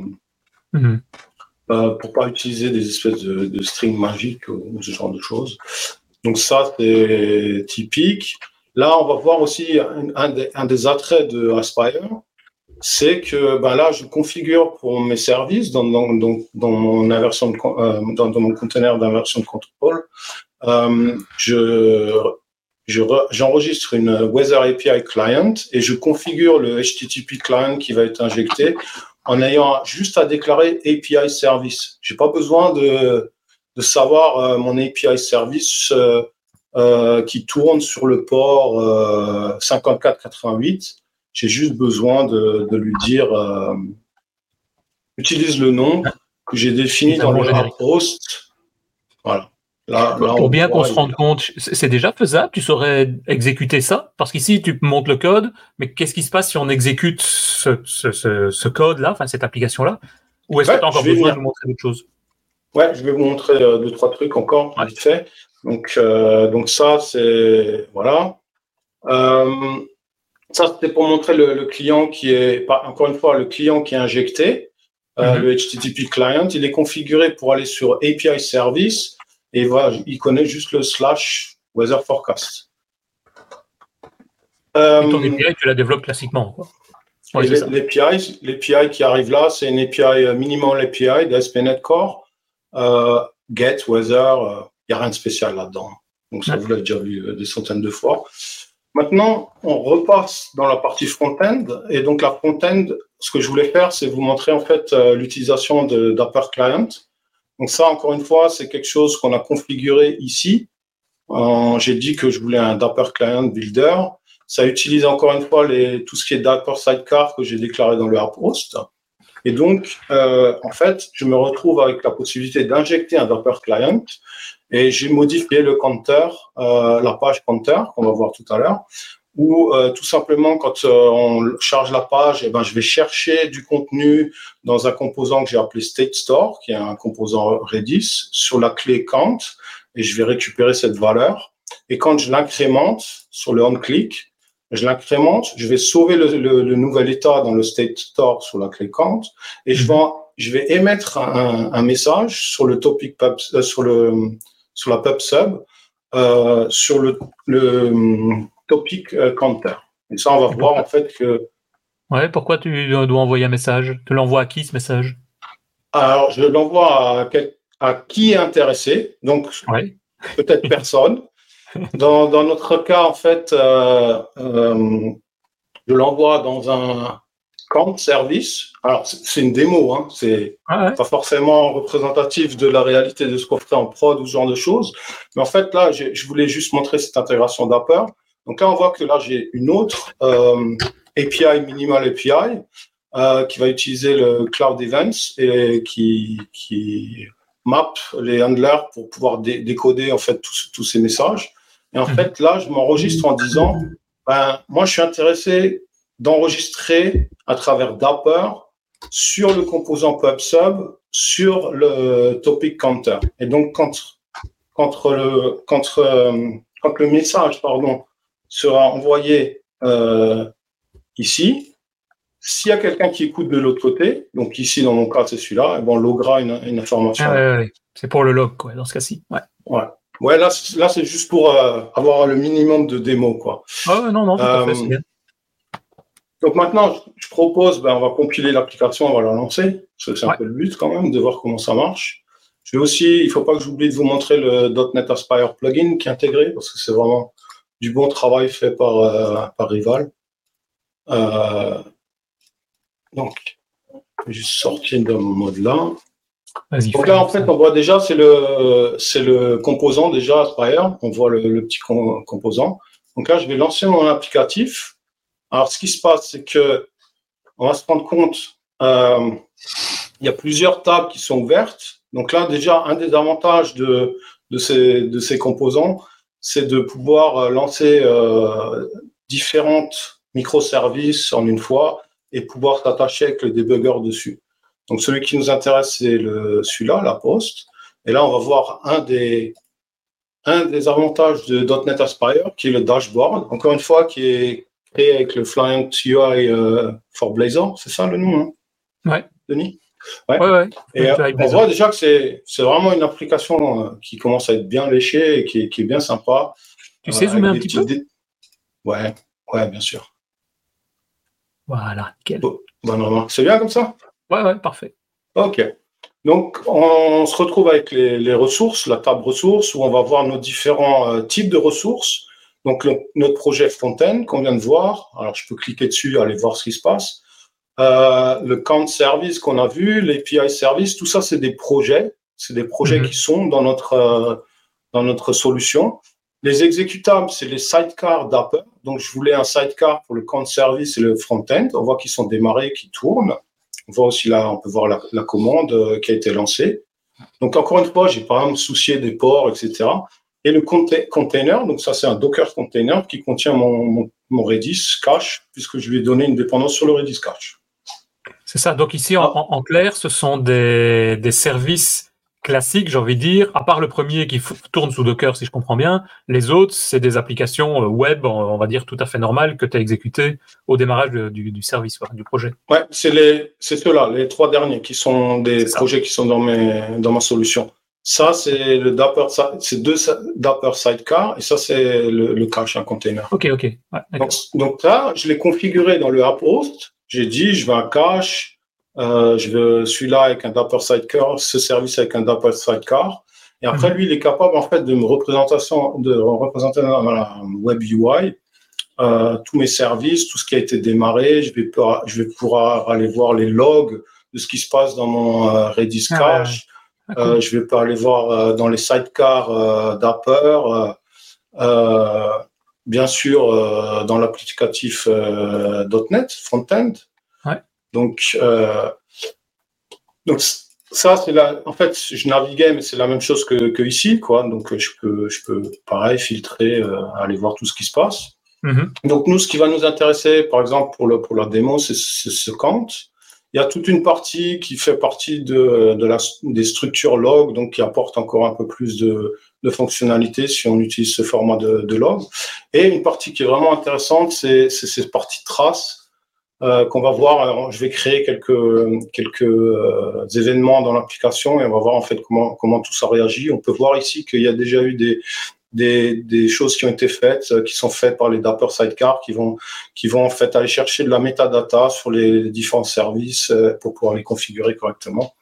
pour pas utiliser des espèces de strings magiques ou ce genre de choses. Donc ça, c'est typique. Là, on va voir aussi un des attraits de Aspire. c'est que là, je configure pour mes services dans mon inversion dans mon container d'inversion de contrôle. J'enregistre une Weather API client et je configure le HTTP client qui va être injecté en ayant juste à déclarer API service. J'ai pas besoin de savoir mon API service qui tourne sur le port 5488. J'ai juste besoin de lui dire utilise le nom que j'ai défini dans le app host. Voilà. Là, pour bien qu'on se rende compte, c'est déjà faisable? Tu saurais exécuter ça? Parce qu'ici, tu montes le code, mais qu'est-ce qui se passe si on exécute ce code-là, enfin cette application-là? Ou est-ce que tu as encore besoin de nous montrer d'autres choses? Ouais, je vais vous montrer 2-3 trucs encore, vite fait. Donc ça, c'est... Voilà. Ça, c'était pour montrer le client qui est... Encore une fois, le client qui est injecté. Le HTTP client, il est configuré pour aller sur API service et il connaît juste le / weather forecast. Et ton API, tu la développes classiquement, quoi. Ouais, l'API qui arrive là, c'est une API minimal API d'ASP.NET Core. Get, weather, il n'y a rien de spécial là-dedans. Donc ça, vous l'avez déjà vu des centaines de fois. Maintenant, on repasse dans la partie front-end. Et donc, la front-end, ce que je voulais faire, c'est vous montrer en fait l'utilisation de Dapper Client. Donc ça, encore une fois, c'est quelque chose qu'on a configuré ici. J'ai dit que je voulais un Dapper Client Builder. Ça utilise encore une fois tout ce qui est Dapper Sidecar que j'ai déclaré dans le app host. Et donc, en fait, je me retrouve avec la possibilité d'injecter un Dapper Client. Et j'ai modifié le counter, la page counter, qu'on va voir tout à l'heure, où tout simplement, quand on charge la page, je vais chercher du contenu dans un composant que j'ai appelé State Store, qui est un composant Redis, sur la clé count, et je vais récupérer cette valeur. Et quand je l'incrémente sur le on-click, je l'incrémente, je vais sauver le nouvel état dans le State Store sur la clé count, et je vais émettre un message sur le topic pub, sur la pub sub, sur le topic counter. Et ça, on va voir en fait que... Ouais, pourquoi tu dois envoyer un message? Tu l'envoies à qui, ce message? Alors, je l'envoie à qui est intéressé, donc peut-être personne. Dans notre cas, en fait, je l'envoie dans un camp service. Alors, c'est une démo, hein, c'est pas forcément représentatif de la réalité de ce qu'on ferait en prod ou ce genre de choses. Mais en fait, là, je voulais juste montrer cette intégration Dapper. Donc là, on voit que là, j'ai une autre API, minimal API, qui va utiliser le Cloud Events et qui map les handlers pour pouvoir décoder en fait tous ces messages. Et en fait, là, je m'enregistre en disant, moi, je suis intéressé d'enregistrer à travers Dapper sur le composant PubSub, sur le topic counter. Et donc, quand le message, sera envoyé ici, s'il y a quelqu'un qui écoute de l'autre côté, donc ici, dans mon cas, c'est celui-là, on loguera une information. C'est pour le log, quoi, dans ce cas-ci. Ouais, là, c'est juste pour avoir le minimum de démo, quoi. Non, tout à fait, c'est bien. Donc maintenant, je propose, on va compiler l'application, on va la lancer. C'est un peu le but quand même, de voir comment ça marche. Je vais aussi, il ne faut pas que j'oublie de vous montrer le .NET Aspire plugin qui est intégré, parce que c'est vraiment du bon travail fait par Rival. Donc, je vais juste sortir de mon mode là. Donc là, en fait, on voit déjà, c'est le composant déjà Aspire. On voit le petit composant. Donc là, je vais lancer mon applicatif. Alors, ce qui se passe, c'est que on va se rendre compte, il y a plusieurs tables qui sont ouvertes. Donc là, déjà, un des avantages de ces composants, c'est de pouvoir lancer différentes microservices en une fois et pouvoir s'attacher avec le debugger dessus. Donc, celui qui nous intéresse, c'est celui-là, la post. Et là, on va voir un des avantages de .NET Aspire, qui est le dashboard. Encore une fois, qui est créé avec le Fluent UI for Blazor. C'est ça le nom, hein, Denis? Ouais. Et on voit déjà que c'est vraiment une application qui commence à être bien léchée et qui est bien sympa. Tu sais zoomer un petit peu? Ouais, bien sûr. Voilà, nickel. Bonne remarque. C'est bien comme ça? Ouais, parfait. OK. Donc, on se retrouve avec les ressources, la table ressources, où on va voir nos différents types de ressources. Donc, notre projet Front-End qu'on vient de voir. Alors, je peux cliquer dessus, aller voir ce qui se passe. Le count service qu'on a vu, l'API service, tout ça, c'est des projets. C'est des projets qui sont dans notre solution. Les exécutables, c'est les sidecars d'Apple. Donc, je voulais un sidecar pour le count service et le front-end. On voit qu'ils sont démarrés, qu'ils tournent. On voit aussi là, on peut voir la commande qui a été lancée. Donc, encore une fois, j'ai pas à me soucier des ports, etc. Et le container, donc ça, c'est un Docker container qui contient mon Redis cache, puisque je lui ai donné une dépendance sur le Redis cache. C'est ça. Donc ici, en clair, ce sont des services classiques, j'ai envie de dire, à part le premier qui tourne sous Docker, si je comprends bien. Les autres, c'est des applications web, on va dire, tout à fait normales que tu as exécutées au démarrage du service, du projet. Ouais, c'est ceux-là, les 3 derniers, qui sont des projets qui sont dans ma solution. Ça, c'est le Dapper, c'est 2 Dapper Sidecar, et ça, c'est le cache, un container. OK. Ouais, donc là, je l'ai configuré dans le app host. J'ai dit, je veux un cache, je veux celui-là avec un Dapper Sidecar, ce service avec un Dapper Sidecar. Et après, lui, il est capable, en fait, de me représenter dans la web UI tous mes services, tout ce qui a été démarré. Je vais pouvoir aller voir les logs de ce qui se passe dans mon Redis cache. Cool. Je vais pas aller voir dans les sidecars d'Apple. Bien sûr, dans l'applicatif .NET, front-end. Ouais. Donc ça, c'est en fait, je naviguais, mais c'est la même chose que ici, quoi. Donc, je peux pareil, filtrer, aller voir tout ce qui se passe. Donc, nous, ce qui va nous intéresser, par exemple, pour la démo, c'est ce count. Il y a toute une partie qui fait partie des structures log, donc qui apporte encore un peu plus de fonctionnalités si on utilise ce format de log. Et une partie qui est vraiment intéressante, c'est cette partie trace qu'on va voir. Alors, je vais créer quelques événements dans l'application et on va voir en fait comment tout ça réagit. On peut voir ici qu'il y a déjà eu des choses qui ont été faites, qui sont faites par les Dapper Sidecar, qui vont en fait aller chercher de la metadata sur les différents services pour pouvoir les configurer correctement.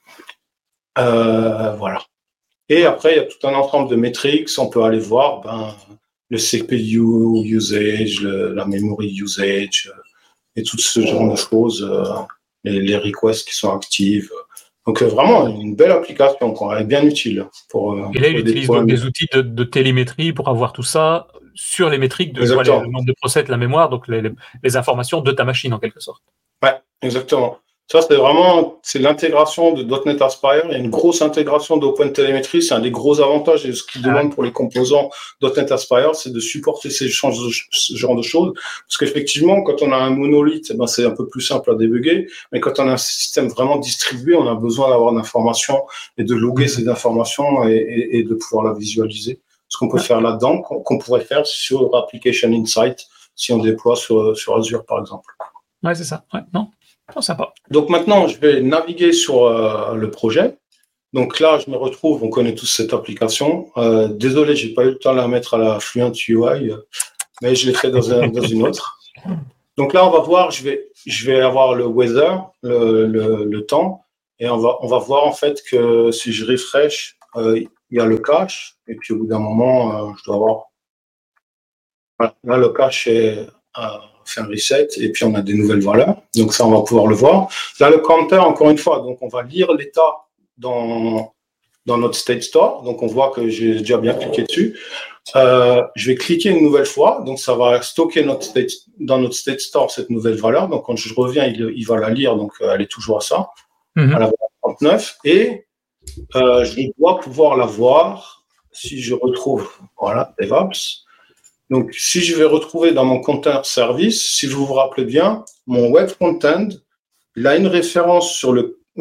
Voilà. Et après, il y a tout un ensemble de métriques. On peut aller voir le CPU usage, la memory usage et tout ce genre de choses, les requests qui sont actives. Donc, vraiment, une belle application, quoi. Elle est bien utile. Et là, il utilise donc des outils de télémétrie pour avoir tout ça sur les métriques de le nombre de procès, la mémoire, donc les informations de ta machine, en quelque sorte. Ouais, exactement. Ça, c'est l'intégration de .NET Aspire. Il y a une grosse intégration d'OpenTelemetry. C'est un des gros avantages et ce qu'ils demandent pour les composants .NET Aspire, c'est de supporter ce genre de choses. Parce qu'effectivement, quand on a un monolithe, c'est un peu plus simple à débugger. Mais quand on a un système vraiment distribué, on a besoin d'avoir d'informations et de loguer ces informations et de pouvoir la visualiser. Ce qu'on peut faire là-dedans, qu'on pourrait faire sur Application Insight, si on déploie sur Azure, par exemple. Ouais, c'est ça. Ouais, non. Oh, sympa. Donc maintenant, je vais naviguer sur le projet. Donc là, je me retrouve, on connaît tous cette application. Désolé, j'ai pas eu le temps de la mettre à la Fluent UI, mais je l'ai fait dans une autre. Donc là, on va voir, je vais avoir le weather, le temps, et on va voir en fait que si je refresh, il y a le cache, et puis au bout d'un moment, je dois avoir. Voilà, là, le cache est fait un reset et puis on a des nouvelles valeurs. Donc ça, on va pouvoir le voir. Là, le counter, encore une fois, donc on va lire l'état dans notre state store. Donc on voit que j'ai déjà bien cliqué dessus. Je vais cliquer une nouvelle fois. Donc ça va stocker dans notre state store cette nouvelle valeur. Donc quand je reviens, il va la lire. Donc elle est toujours à ça, à la valeur 39. Et je dois pouvoir la voir si je retrouve, voilà, DevOps. Donc, si je vais retrouver dans mon container service, si vous vous rappelez bien, mon web front-end, il a une référence sur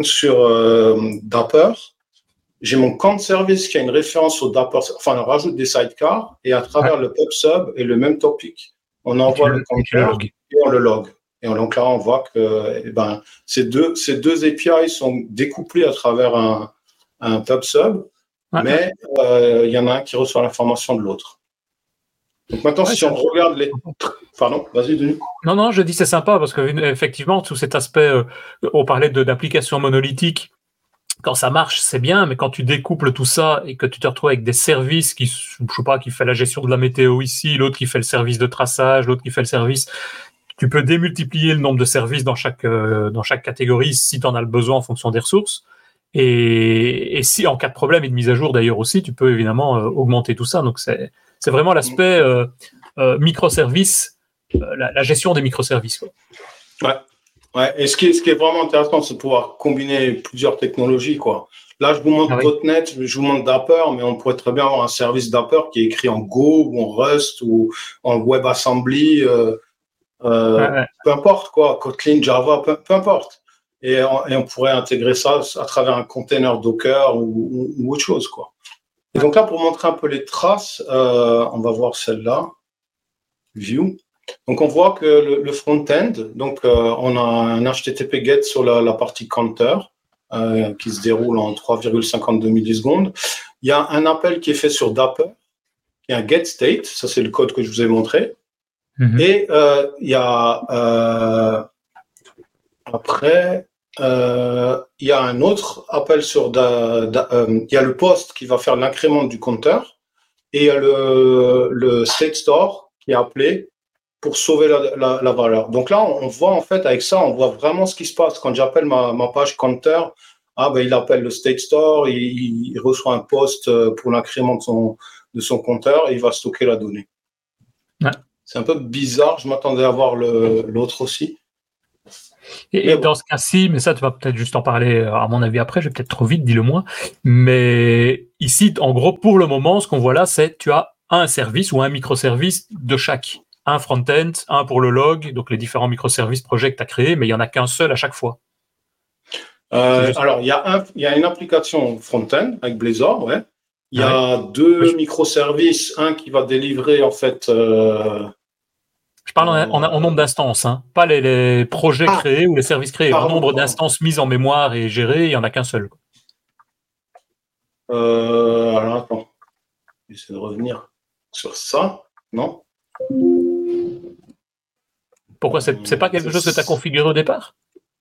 Dapper. J'ai mon count service qui a une référence au Dapper, enfin, on rajoute des sidecars et à travers le pub-sub et le même topic, on envoie le counter et on le log. Et donc là, on voit que ces deux API sont découplés à travers un pub-sub, mais il y en a un qui reçoit l'information de l'autre. Donc maintenant, si on regarde les... Pardon, vas-y, Denis. Non, je dis c'est sympa parce que effectivement, tout cet aspect, on parlait d'applications monolithiques. Quand ça marche, c'est bien, mais quand tu découples tout ça et que tu te retrouves avec des services qui, je sais pas, qui fait la gestion de la météo ici, l'autre qui fait le service de traçage, l'autre qui fait le service, tu peux démultiplier le nombre de services dans chaque catégorie si tu en as le besoin en fonction des ressources. Et si en cas de problème et de mise à jour d'ailleurs aussi, tu peux évidemment augmenter tout ça. Donc c'est vraiment l'aspect microservice, la gestion des microservices, quoi. Ouais. Et ce qui est vraiment intéressant, c'est de pouvoir combiner plusieurs technologies, quoi. Là, je vous montre .NET, je vous montre Dapper, mais on pourrait très bien avoir un service Dapper qui est écrit en Go ou en Rust ou en WebAssembly, peu importe, quoi, Kotlin, Java, peu importe. Et on pourrait intégrer ça à travers un container Docker ou autre chose, quoi. Et donc là, pour montrer un peu les traces, on va voir celle-là, View. Donc on voit que le front-end, donc on a un HTTP GET sur la partie counter qui se déroule en 3,52 millisecondes. Il y a un appel qui est fait sur Dapper, qui est un get state, ça c'est le code que je vous ai montré. Et il y a après il y a un autre appel sur il y a le post qui va faire l'incrément du compteur et il y a le state store qui est appelé pour sauver la valeur. Donc là, on voit en fait avec ça, on voit vraiment ce qui se passe. Quand j'appelle ma page counter, il appelle le state store, il reçoit un post pour l'incrément de son compteur et il va stocker la donnée. Ouais. C'est un peu bizarre, je m'attendais à voir l'autre aussi. Et dans ce cas-ci, mais ça, tu vas peut-être juste en parler, à mon avis, après, je vais peut-être trop vite, dis-le moi. Mais ici, en gros, pour le moment, ce qu'on voit là, c'est tu as un service ou un microservice de chaque. Un front-end, un pour le log, donc les différents microservices projets que tu as créés, mais il n'y en a qu'un seul à chaque fois. Alors, il y a une application front-end avec Blazor, ouais. Il y a deux microservices, un qui va délivrer, en fait... Je parle en nombre d'instances, hein. Pas les projets créés ou les services créés. En nombre d'instances mises en mémoire et gérées, il n'y en a qu'un seul. Alors, attends. J'essaie de revenir sur ça. Non? Pourquoi c'est pas quelque chose que tu as configuré au départ?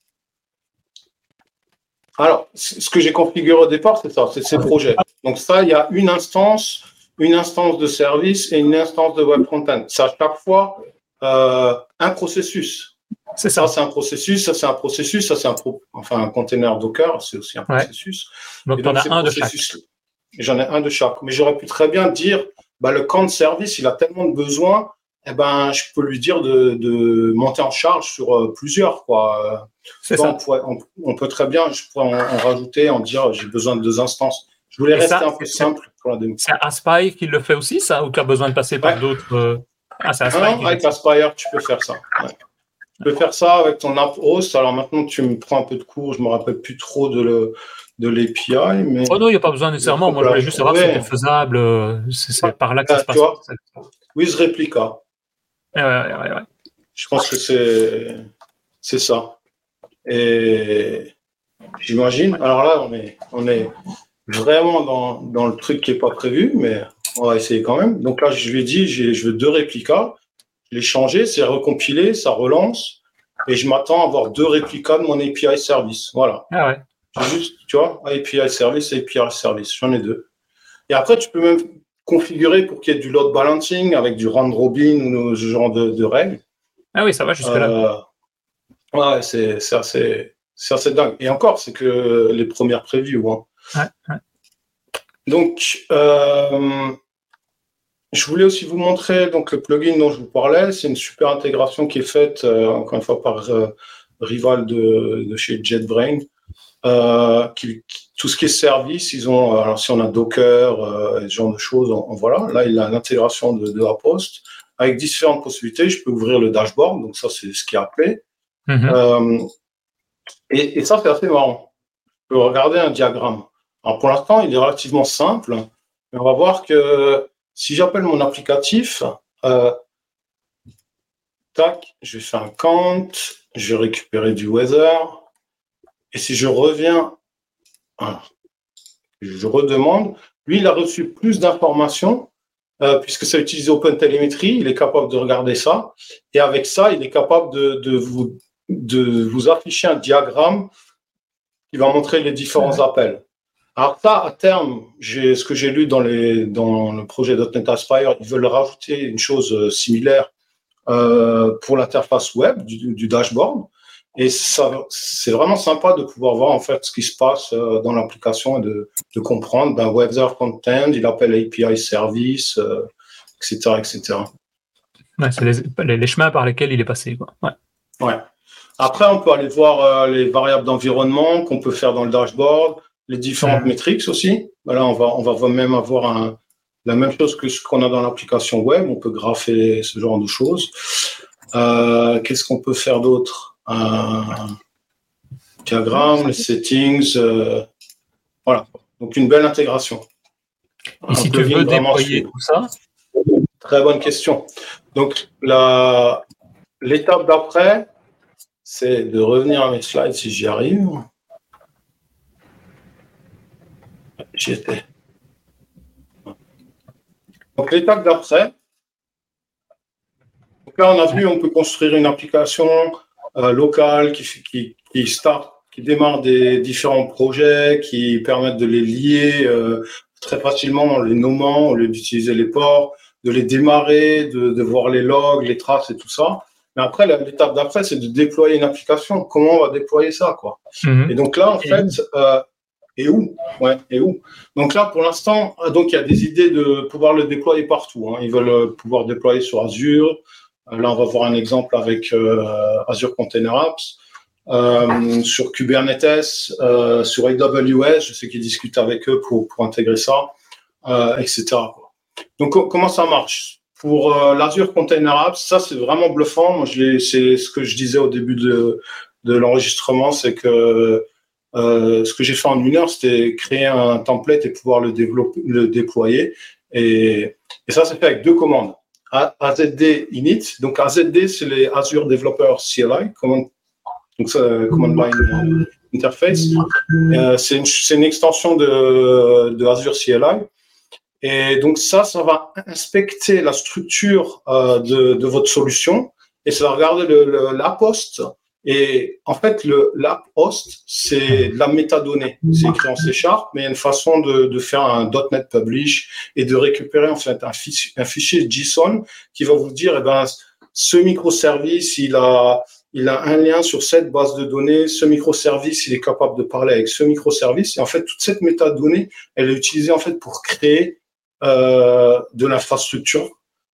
Alors, ce que j'ai configuré au départ, c'est ça, c'est ces projets. Donc ça, il y a une instance de service et une instance de web front-end. C'est à chaque fois un processus. C'est ça. Ça, c'est un processus, ça, c'est un processus, ça, c'est un container Docker, c'est aussi un processus. Donc, tu en as un de chaque. J'en ai un de chaque. Mais j'aurais pu très bien dire, le camp de service, il a tellement de besoins, je peux lui dire de monter en charge sur plusieurs, quoi. C'est ça. On peut très bien, je pourrais en rajouter, en dire, j'ai besoin de 2 instances. Je voulais rester un peu simple pour la démo. C'est Aspire qui le fait aussi, ça, ou tu as besoin de passer par d'autres c'est Aspire. Avec Aspire, tu peux faire ça. Ouais. Tu peux faire ça avec ton app host. Alors maintenant, tu me prends un peu de cours, je me rappelle plus trop de l'API, mais... Oh non, il n'y a pas besoin nécessairement. Moi, je voulais juste savoir si c'était faisable. C'est par là que ça se passe. With Replica. Ouais. Je pense que c'est ça. Et j'imagine. Alors là, on est vraiment dans le truc qui n'est pas prévu, mais on va essayer quand même. Donc là, je lui ai dit, je veux 2 réplicas. Je l'ai changé, c'est recompilé, ça relance. Et je m'attends à avoir 2 réplicas de mon API service. Voilà. Ah ouais. J'ai juste, tu vois, API service. J'en ai 2. Et après, tu peux même configurer pour qu'il y ait du load balancing avec du round robin ou ce genre de règles. Ah oui, ça va jusque-là. Ouais, c'est assez dingue. Et encore, c'est que les premières previews. Hein. Ouais. Donc, je voulais aussi vous montrer donc, le plugin dont je vous parlais. C'est une super intégration qui est faite, encore une fois, par Rival de chez JetBrains. Tout ce qui est service, ils ont, alors si on a Docker, ce genre de choses, voilà. Là, il a l'intégration de la poste avec différentes possibilités. Je peux ouvrir le dashboard, donc ça, c'est ce qui est appelé. Et ça, c'est assez marrant. Je peux regarder un diagramme. Alors, pour l'instant, il est relativement simple, mais on va voir que si j'appelle mon applicatif, tac, je vais faire un count, je vais récupérer du weather, et si je reviens, je redemande, lui, il a reçu plus d'informations puisque ça utilise OpenTelemetry, il est capable de regarder ça. Et avec ça, il est capable de vous afficher un diagramme qui va montrer les différents appels. Alors ça, à terme, ce que j'ai lu dans le projet .NET Aspire, ils veulent rajouter une chose similaire pour l'interface web du dashboard. Et ça, c'est vraiment sympa de pouvoir voir en fait ce qui se passe dans l'application et de comprendre. Weather Content, il appelle API Service, etc., etc. Ouais, c'est les chemins par lesquels il est passé, quoi. Ouais. Après, on peut aller voir les variables d'environnement qu'on peut faire dans le dashboard, les différentes métriques aussi. Là, on va même avoir la même chose que ce qu'on a dans l'application web. On peut grapher ce genre de choses. Qu'est-ce qu'on peut faire d'autre? Diagramme, les settings, voilà. Donc une belle intégration. Et si tu veux déployer tout ça? Très bonne question. Donc l'étape d'après, c'est de revenir à mes slides si j'y arrive. J'y étais. Donc l'étape d'après, donc là on a vu, on peut construire une application locale qui démarre des différents projets, qui permettent de les lier très facilement en les nommant, au lieu d'utiliser les ports, de les démarrer, de voir les logs, les traces et tout ça. Mais après, l'étape d'après, c'est de déployer une application. Comment on va déployer ça, quoi? Et donc là, en fait, et où? Donc là, pour l'instant, donc il y a des idées de pouvoir le déployer partout. Ils veulent pouvoir déployer sur Azure. Là, on va voir un exemple avec Azure Container Apps, sur Kubernetes, sur AWS. Je sais qu'ils discutent avec eux pour intégrer ça, etc., quoi. Donc, comment ça marche? Pour l'Azure Container Apps, ça, c'est vraiment bluffant. Moi, c'est ce que je disais au début de l'enregistrement, c'est que ce que j'ai fait en 1 heure, c'était créer un template et pouvoir le déployer. Et ça, c'est fait avec 2 commandes. AZD init. Donc, AZD, c'est les Azure Developer CLI, Command Line Interface. C'est une extension de Azure CLI. Et donc, ça va inspecter la structure de votre solution et ça va regarder l'app host. Et en fait, l'app host, c'est de la métadonnée. C'est écrit en C#, mais il y a une façon de faire un .NET Publish et de récupérer en fait un fichier JSON qui va vous dire, ce microservice, il a un lien sur cette base de données. Ce microservice, il est capable de parler avec ce microservice. Et en fait, toute cette métadonnée, elle est utilisée en fait pour créer de l'infrastructure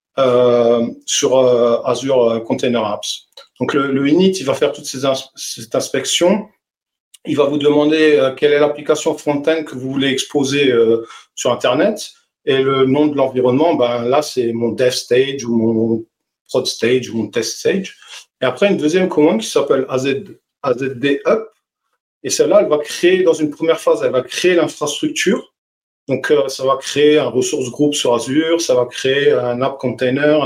sur Azure Container Apps. Donc le init, il va faire toute cette inspection. Il va vous demander quelle est l'application front-end que vous voulez exposer sur Internet et le nom de l'environnement. Là, c'est mon dev stage ou mon prod stage ou mon test stage. Et après, une deuxième commande qui s'appelle AZD up. Et celle-là, elle va créer, dans une première phase, elle va créer l'infrastructure. Donc, ça va créer un ressource group sur Azure, ça va créer un app container,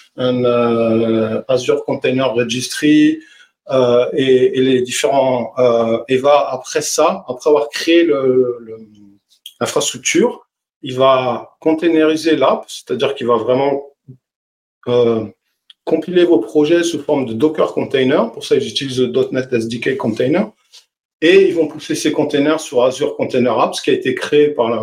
un Azure Container Registry et les différents. Et va après ça, après avoir créé l'infrastructure, il va containeriser l'app, c'est-à-dire qu'il va vraiment compiler vos projets sous forme de Docker container. Pour ça, ils utilisent le .NET SDK Container. Et ils vont pousser ces containers sur Azure Container Apps, qui a été créé par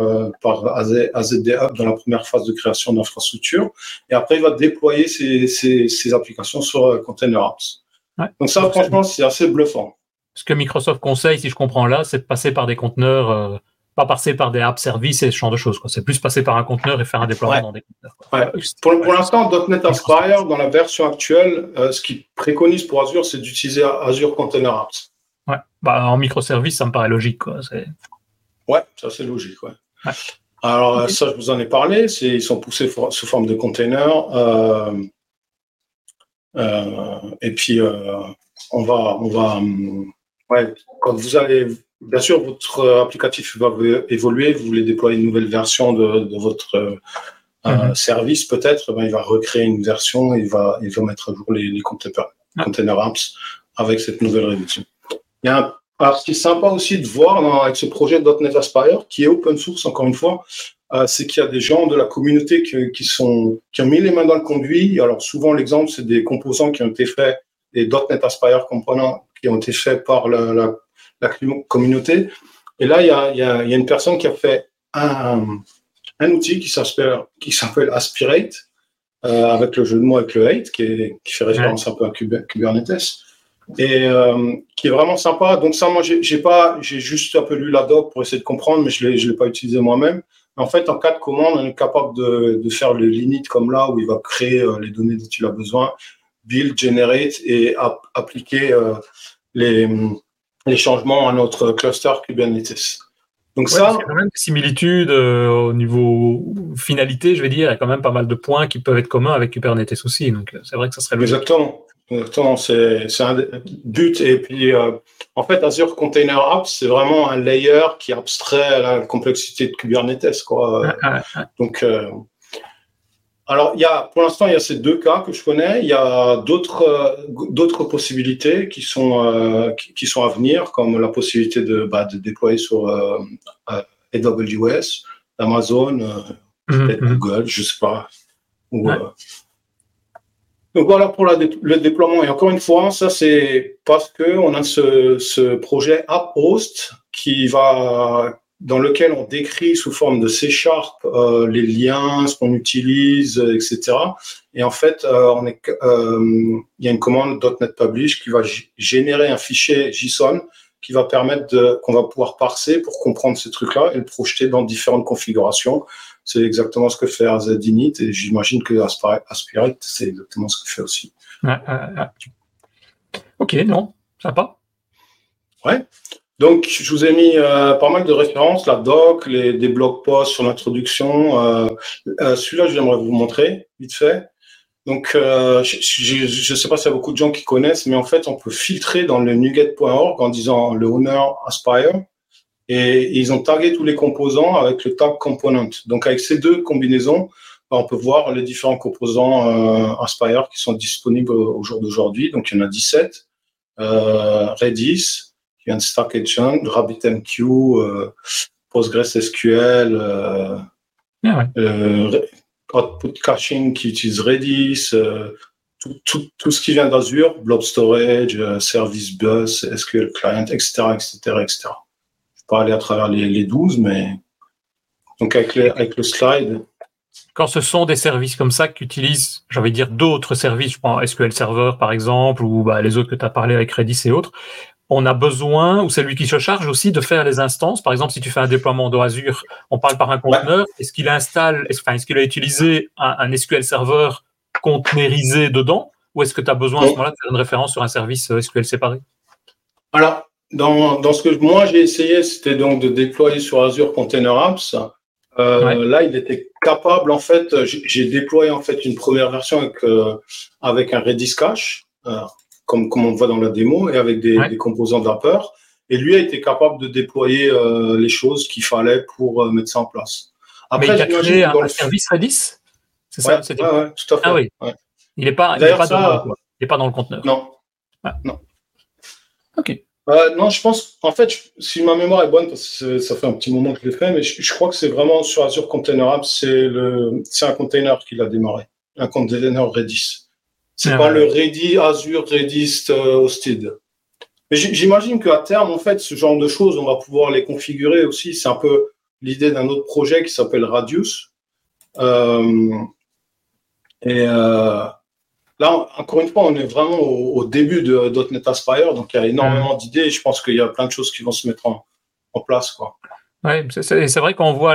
AZD Hub dans la première phase de création d'infrastructure. Et après, il va déployer ces applications sur Container Apps. Ouais. Donc ça, franchement, c'est assez bluffant. Ce que Microsoft conseille, si je comprends là, c'est de passer par des conteneurs, pas passer par des app services et ce genre de choses, quoi. C'est plus passer par un conteneur et faire un déploiement dans des conteneurs, quoi. Ouais. Pour l'instant, .NET Aspire, dans la version actuelle, ce qu'ils préconisent pour Azure, c'est d'utiliser Azure Container Apps. Ouais. En microservice, ça me paraît logique, quoi. Ouais, ça c'est logique, ouais. Alors ça, je vous en ai parlé. Ils sont poussés sous forme de containers. Et puis on va. Ouais. Quand vous allez, bien sûr, votre applicatif va évoluer. Vous voulez déployer une nouvelle version de votre service, peut-être. Il va recréer une version. Il va mettre à jour les container apps avec cette nouvelle réduction. Alors, ce qui est sympa aussi de voir avec ce projet .NET Aspire, qui est open source, encore une fois, c'est qu'il y a des gens de la communauté qui ont mis les mains dans le conduit. Alors souvent, l'exemple, c'est des composants qui ont été faits, des .NET Aspire components qui ont été faits par la communauté. Et là, il y a une personne qui a fait un outil qui s'appelle Aspirate, avec le jeu de mots avec le 8, qui fait référence un peu à Kubernetes, et qui est vraiment sympa. Donc ça, moi, j'ai juste un peu lu la doc pour essayer de comprendre, mais je l'ai pas utilisé moi-même. En fait, en cas de commande, on est capable de faire le l'init comme là, où il va créer les données dont il a besoin, build, generate, et appliquer les changements à notre cluster Kubernetes. Donc il y a quand même des similitudes au niveau finalité, je vais dire. Il y a quand même pas mal de points qui peuvent être communs avec Kubernetes aussi. Donc, c'est vrai que ça serait logique. Exactement. C'est un but. Et puis, en fait, Azure Container Apps, c'est vraiment un layer qui abstrait la complexité de Kubernetes, quoi. Donc, alors, pour l'instant, il y a ces deux cas que je connais. Il y a d'autres possibilités qui sont à venir, comme la possibilité de déployer sur AWS, Amazon, peut-être Google, je sais pas. Donc voilà pour le déploiement. Et encore une fois, ça c'est parce que on a ce projet App Host dans lequel on décrit sous forme de C# les liens, ce qu'on utilise, etc. Et en fait, il y a une commande .NET Publish qui va générer un fichier JSON qui va permettre qu'on va pouvoir parser pour comprendre ces trucs-là et le projeter dans différentes configurations. C'est exactement ce que fait RZinit et j'imagine que Aspirate, c'est exactement ce que fait aussi. Ok, non, sympa. Ouais. Donc, je vous ai mis pas mal de références, la doc, des blog posts sur l'introduction. Celui-là, j'aimerais vous montrer vite fait. Donc, je ne sais pas s'il y a beaucoup de gens qui connaissent, mais en fait, on peut filtrer dans le NuGet.org en disant le owner Aspire. Et ils ont tagué tous les composants avec le tag component. Donc, avec ces deux combinaisons, on peut voir les différents composants Aspire qui sont disponibles au jour d'aujourd'hui. Donc, il y en a 17. Redis, qui vient de StackAgent, RabbitMQ, PostgreSQL, Output Caching qui utilise Redis, tout ce qui vient d'Azure, Blob Storage, Service Bus, SQL Client, etc., etc., etc. Je peux aller à travers les 12, mais donc avec le slide. Quand ce sont des services comme ça qui utilisent, j'ai envie de dire, d'autres services, je prends SQL Server par exemple, ou les autres que tu as parlé avec Redis et autres, on a besoin, ou c'est lui qui se charge aussi de faire les instances. Par exemple, si tu fais un déploiement d'Azure, on parle par un conteneur. Est-ce qu'il a utilisé un SQL Server containerisé dedans, ou est-ce que tu as besoin à ce moment-là de faire une référence sur un service SQL séparé? Alors, dans ce que moi j'ai essayé, c'était donc de déployer sur Azure Container Apps. Là, il était capable, en fait, j'ai déployé en fait une première version avec un Redis Cache. Comme on voit dans la démo, et avec des composants Dapper. Et lui a été capable de déployer les choses qu'il fallait pour mettre ça en place. Après, mais il a créé un service Redis? C'est ça? Oui, tout à fait. Ah oui. Ouais. Il n'est pas dans le conteneur. Non. Non. Ok. Non, je pense, en fait, si ma mémoire est bonne, parce que ça fait un petit moment que je l'ai fait, mais je crois que c'est vraiment sur Azure Container Apps, c'est un container qui l'a démarré, un container Redis. C'est pas le Azure Redis hosted. Mais j'imagine qu'à terme, en fait, ce genre de choses, on va pouvoir les configurer aussi. C'est un peu l'idée d'un autre projet qui s'appelle Radius. Là, encore une fois, on est vraiment au début de .NET Aspire, donc il y a énormément d'idées et je pense qu'il y a plein de choses qui vont se mettre en place, quoi. Ouais, c'est vrai qu'on voit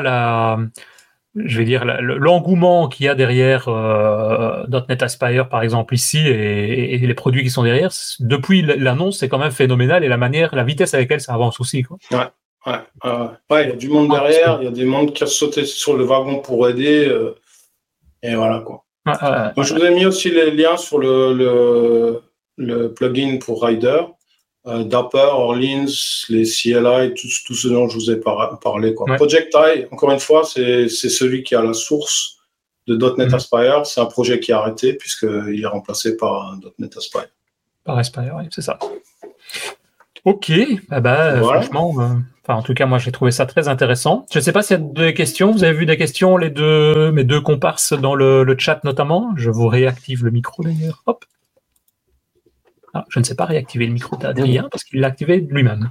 l'engouement qu'il y a derrière .NET Aspire, par exemple, ici, et les produits qui sont derrière. Depuis l'annonce, c'est quand même phénoménal, et la vitesse avec laquelle ça avance aussi, quoi. Ouais, il y a du monde derrière, il y a des mondes qui ont sauté sur le wagon pour aider, et voilà, quoi. Moi, je vous ai mis aussi les liens sur le plugin pour Rider, Dapper, Orleans, les CLI, tout ce dont je vous ai parlé, quoi. Project I, encore une fois, c'est celui qui a la source de .NET Aspire. C'est un projet qui est arrêté puisqu'il est remplacé par .NET Aspire. Par Aspire, oui, c'est ça. Ok, franchement, en tout cas, moi, j'ai trouvé ça très intéressant. Je ne sais pas s'il y a des questions. Vous avez vu des questions, mes deux comparses dans le chat notamment. Je vous réactive le micro d'ailleurs. Hop. Ah, je ne sais pas réactiver le micro d'Adrien parce qu'il l'a activé lui-même.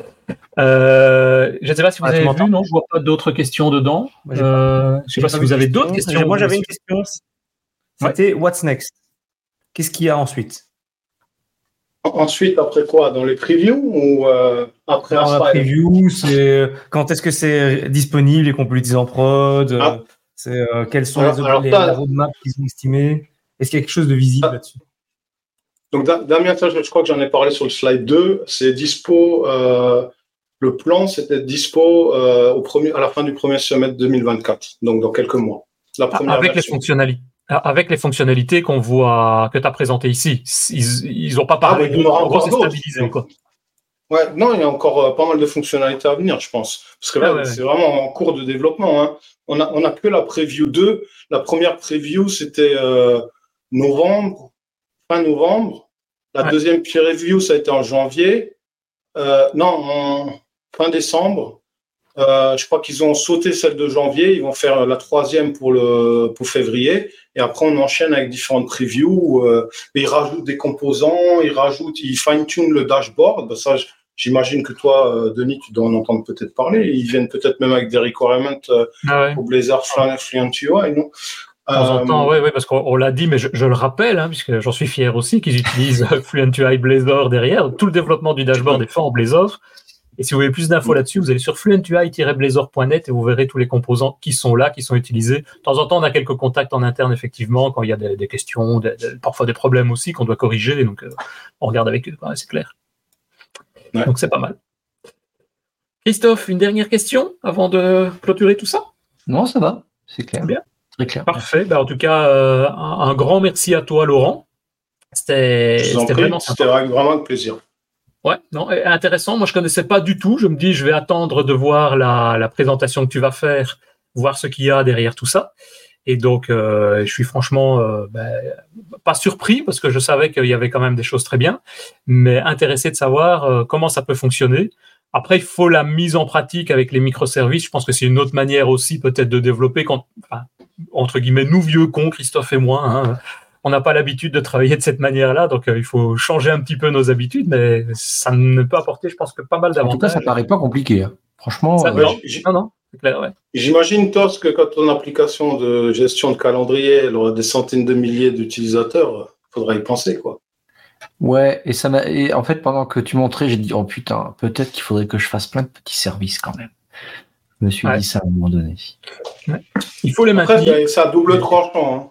Je ne sais pas si vous avez vu, non, je ne vois pas d'autres questions dedans. Je ne sais pas si vous avez d'autres questions. Moi, j'avais une question. C'était What's next? Qu'est-ce qu'il y a ensuite? Ensuite, après quoi? Dans les previews ou après Aspire? Dans la preview, c'est quand est-ce que c'est disponible et qu'on peut l'utiliser en prod? Quelles sont la roadmap qu'ils ont estimées? Est-ce qu'il y a quelque chose de visible là-dessus? Donc, Damien, je crois que j'en ai parlé sur le slide 2. C'est dispo. Le plan, c'était dispo à la fin du premier semestre 2024, donc dans quelques mois. La première version. Avec les fonctionnalités qu'on voit, que tu as présentées ici. Ils n'ont pas parlé de c'est stabilisé, quoi. Ouais, non, il y a encore pas mal de fonctionnalités à venir, je pense. Parce que là, c'est vraiment en cours de développement. Hein. On a que la preview 2. La première preview, c'était fin novembre. La deuxième preview, ça a été en janvier. Fin décembre. Je crois qu'ils ont sauté celle de janvier. Ils vont faire la troisième pour février. Et après, on enchaîne avec différentes previews. Ils rajoutent des composants. Ils fine-tune le dashboard. Ça, j'imagine que toi, Denis, tu dois en entendre peut-être parler. Ils viennent peut-être même avec des requirements pour Blazor Fluent UI, non? De temps en temps, oui, parce qu'on l'a dit, mais je le rappelle, puisque j'en suis fier aussi, qu'ils utilisent Fluent UI Blazor derrière. Tout le développement du dashboard est fait en Blazor. Et si vous voulez plus d'infos là-dessus, vous allez sur fluentui-blazor.net et vous verrez tous les composants qui sont là, qui sont utilisés. De temps en temps, on a quelques contacts en interne, effectivement, quand il y a des questions, parfois des problèmes aussi qu'on doit corriger. Donc, on regarde avec eux, c'est clair. Ouais. Donc, c'est pas mal. Christophe, une dernière question avant de clôturer tout ça? Non, ça va, c'est clair. Bien. Très clair. Parfait. En tout cas, un grand merci à toi, Laurent. C'était vraiment sympa. C'était vraiment un plaisir. Ouais, non, intéressant. Moi, je connaissais pas du tout. Je me dis, je vais attendre de voir la présentation que tu vas faire, voir ce qu'il y a derrière tout ça. Et donc, je suis franchement pas surpris parce que je savais qu'il y avait quand même des choses très bien, mais intéressé de savoir comment ça peut fonctionner. Après, il faut la mise en pratique avec les microservices. Je pense que c'est une autre manière aussi peut-être de développer entre guillemets, nous vieux cons, Christophe et moi, on n'a pas l'habitude de travailler de cette manière-là, donc il faut changer un petit peu nos habitudes, mais ça ne peut apporter, je pense, que pas mal d'avantages. En tout cas, ça paraît pas compliqué. Franchement. Non, c'est clair, ouais. J'imagine, Tos, que quand ton application de gestion de calendrier, elle aura des centaines de milliers d'utilisateurs, il faudra y penser, quoi. Ouais, et en fait, pendant que tu montrais, j'ai dit, oh putain, peut-être qu'il faudrait que je fasse plein de petits services quand même. Je me suis dit ça à un moment donné. Ouais. Il faut les maintenir. Après, c'est à double tranchant.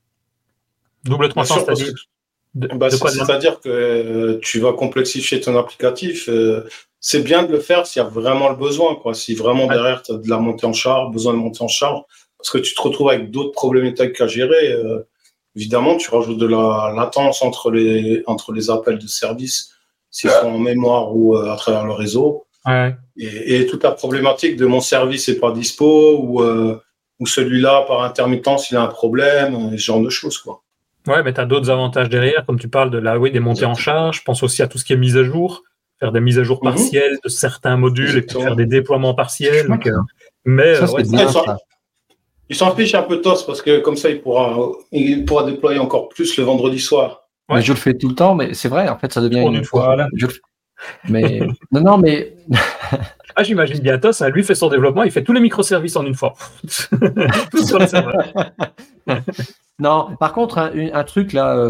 Double tranchant, c'est-à-dire c'est-à-dire que tu vas complexifier ton applicatif. C'est bien de le faire s'il y a vraiment le besoin, quoi. Si vraiment derrière, tu as de la montée en charge, besoin de monter en charge, parce que tu te retrouves avec d'autres problématiques à gérer. Évidemment, tu rajoutes de la latence entre les appels de service, s'ils sont en mémoire ou à travers le réseau. Ouais. Et toute la problématique de mon service n'est pas dispo ou celui-là, par intermittence, il a un problème, ce genre de choses, quoi. Ouais, mais tu as d'autres avantages derrière, comme tu parles des montées en charge. Je pense aussi à tout ce qui est mise à jour, faire des mises à jour partielles de certains modules et puis faire des déploiements partiels. Donc, mais ça, c'est bien, ça. Il s'en fiche un peu Tos parce que comme ça, il pourra déployer encore plus le vendredi soir. Ouais. Mais je le fais tout le temps, mais c'est vrai, en fait, ça devient une fois. Voilà. Mais non, mais. J'imagine bien Tos, lui fait son développement, il fait tous les microservices en une fois. Tout sur le serveur. Non, par contre, un truc là,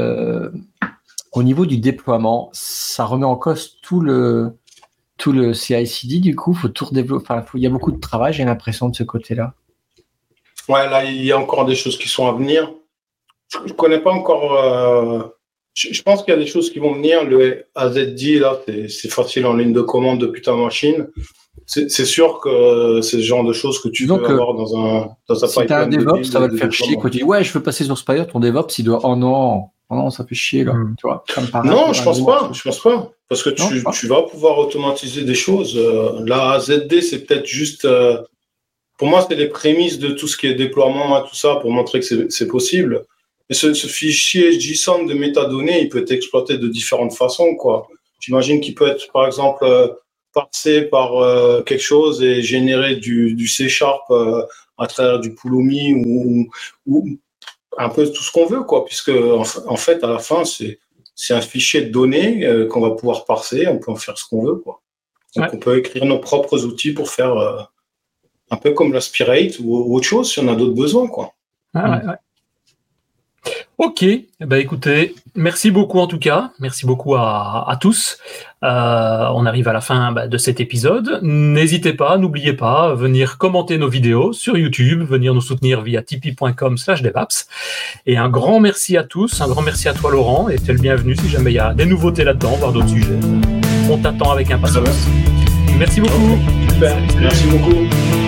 au niveau du déploiement, ça remet en cause tout le CI/CD. Du coup, faut tout redévelopper. Enfin, il y a beaucoup de travail, j'ai l'impression, de ce côté-là. Ouais, là, il y a encore des choses qui sont à venir. Je connais pas encore. Je pense qu'il y a des choses qui vont venir. Le AZD, là, c'est facile en ligne de commande depuis ta machine. C'est sûr que c'est ce genre de choses que tu veux avoir dans un si pipeline. Si tu as un DevOps, ça va te faire chier. Quand tu dis, ouais, je veux passer sur Spire, ton DevOps, il doit, oh non, ça fait chier, là. Tu vois, non, je pense pas. Parce que tu vas pouvoir automatiser des choses. La AZD, c'est peut-être juste. Pour moi, c'est les prémices de tout ce qui est déploiement et tout ça pour montrer que c'est possible. Et ce fichier JSON de métadonnées, il peut être exploité de différentes façons, quoi. J'imagine qu'il peut être, par exemple, parsé par quelque chose et générer du C# à travers du Pulumi ou un peu tout ce qu'on veut, quoi, puisque en fait, à la fin, c'est un fichier de données qu'on va pouvoir parser, on peut en faire ce qu'on veut, quoi. Donc, on peut écrire nos propres outils pour faire un peu comme l'Aspirate ou autre chose si on a d'autres besoins, quoi. Ouais. Ok, écoutez, merci beaucoup en tout cas, merci beaucoup à tous. On arrive à la fin de cet épisode. N'hésitez pas, n'oubliez pas, venir commenter nos vidéos sur YouTube, venir nous soutenir via tipeee.com/devaps. Et un grand merci à tous, un grand merci à toi Laurent, et tu es le bienvenu si jamais il y a des nouveautés là-dedans, voire d'autres sujets. On t'attend avec impatience. Merci beaucoup. Super, merci beaucoup.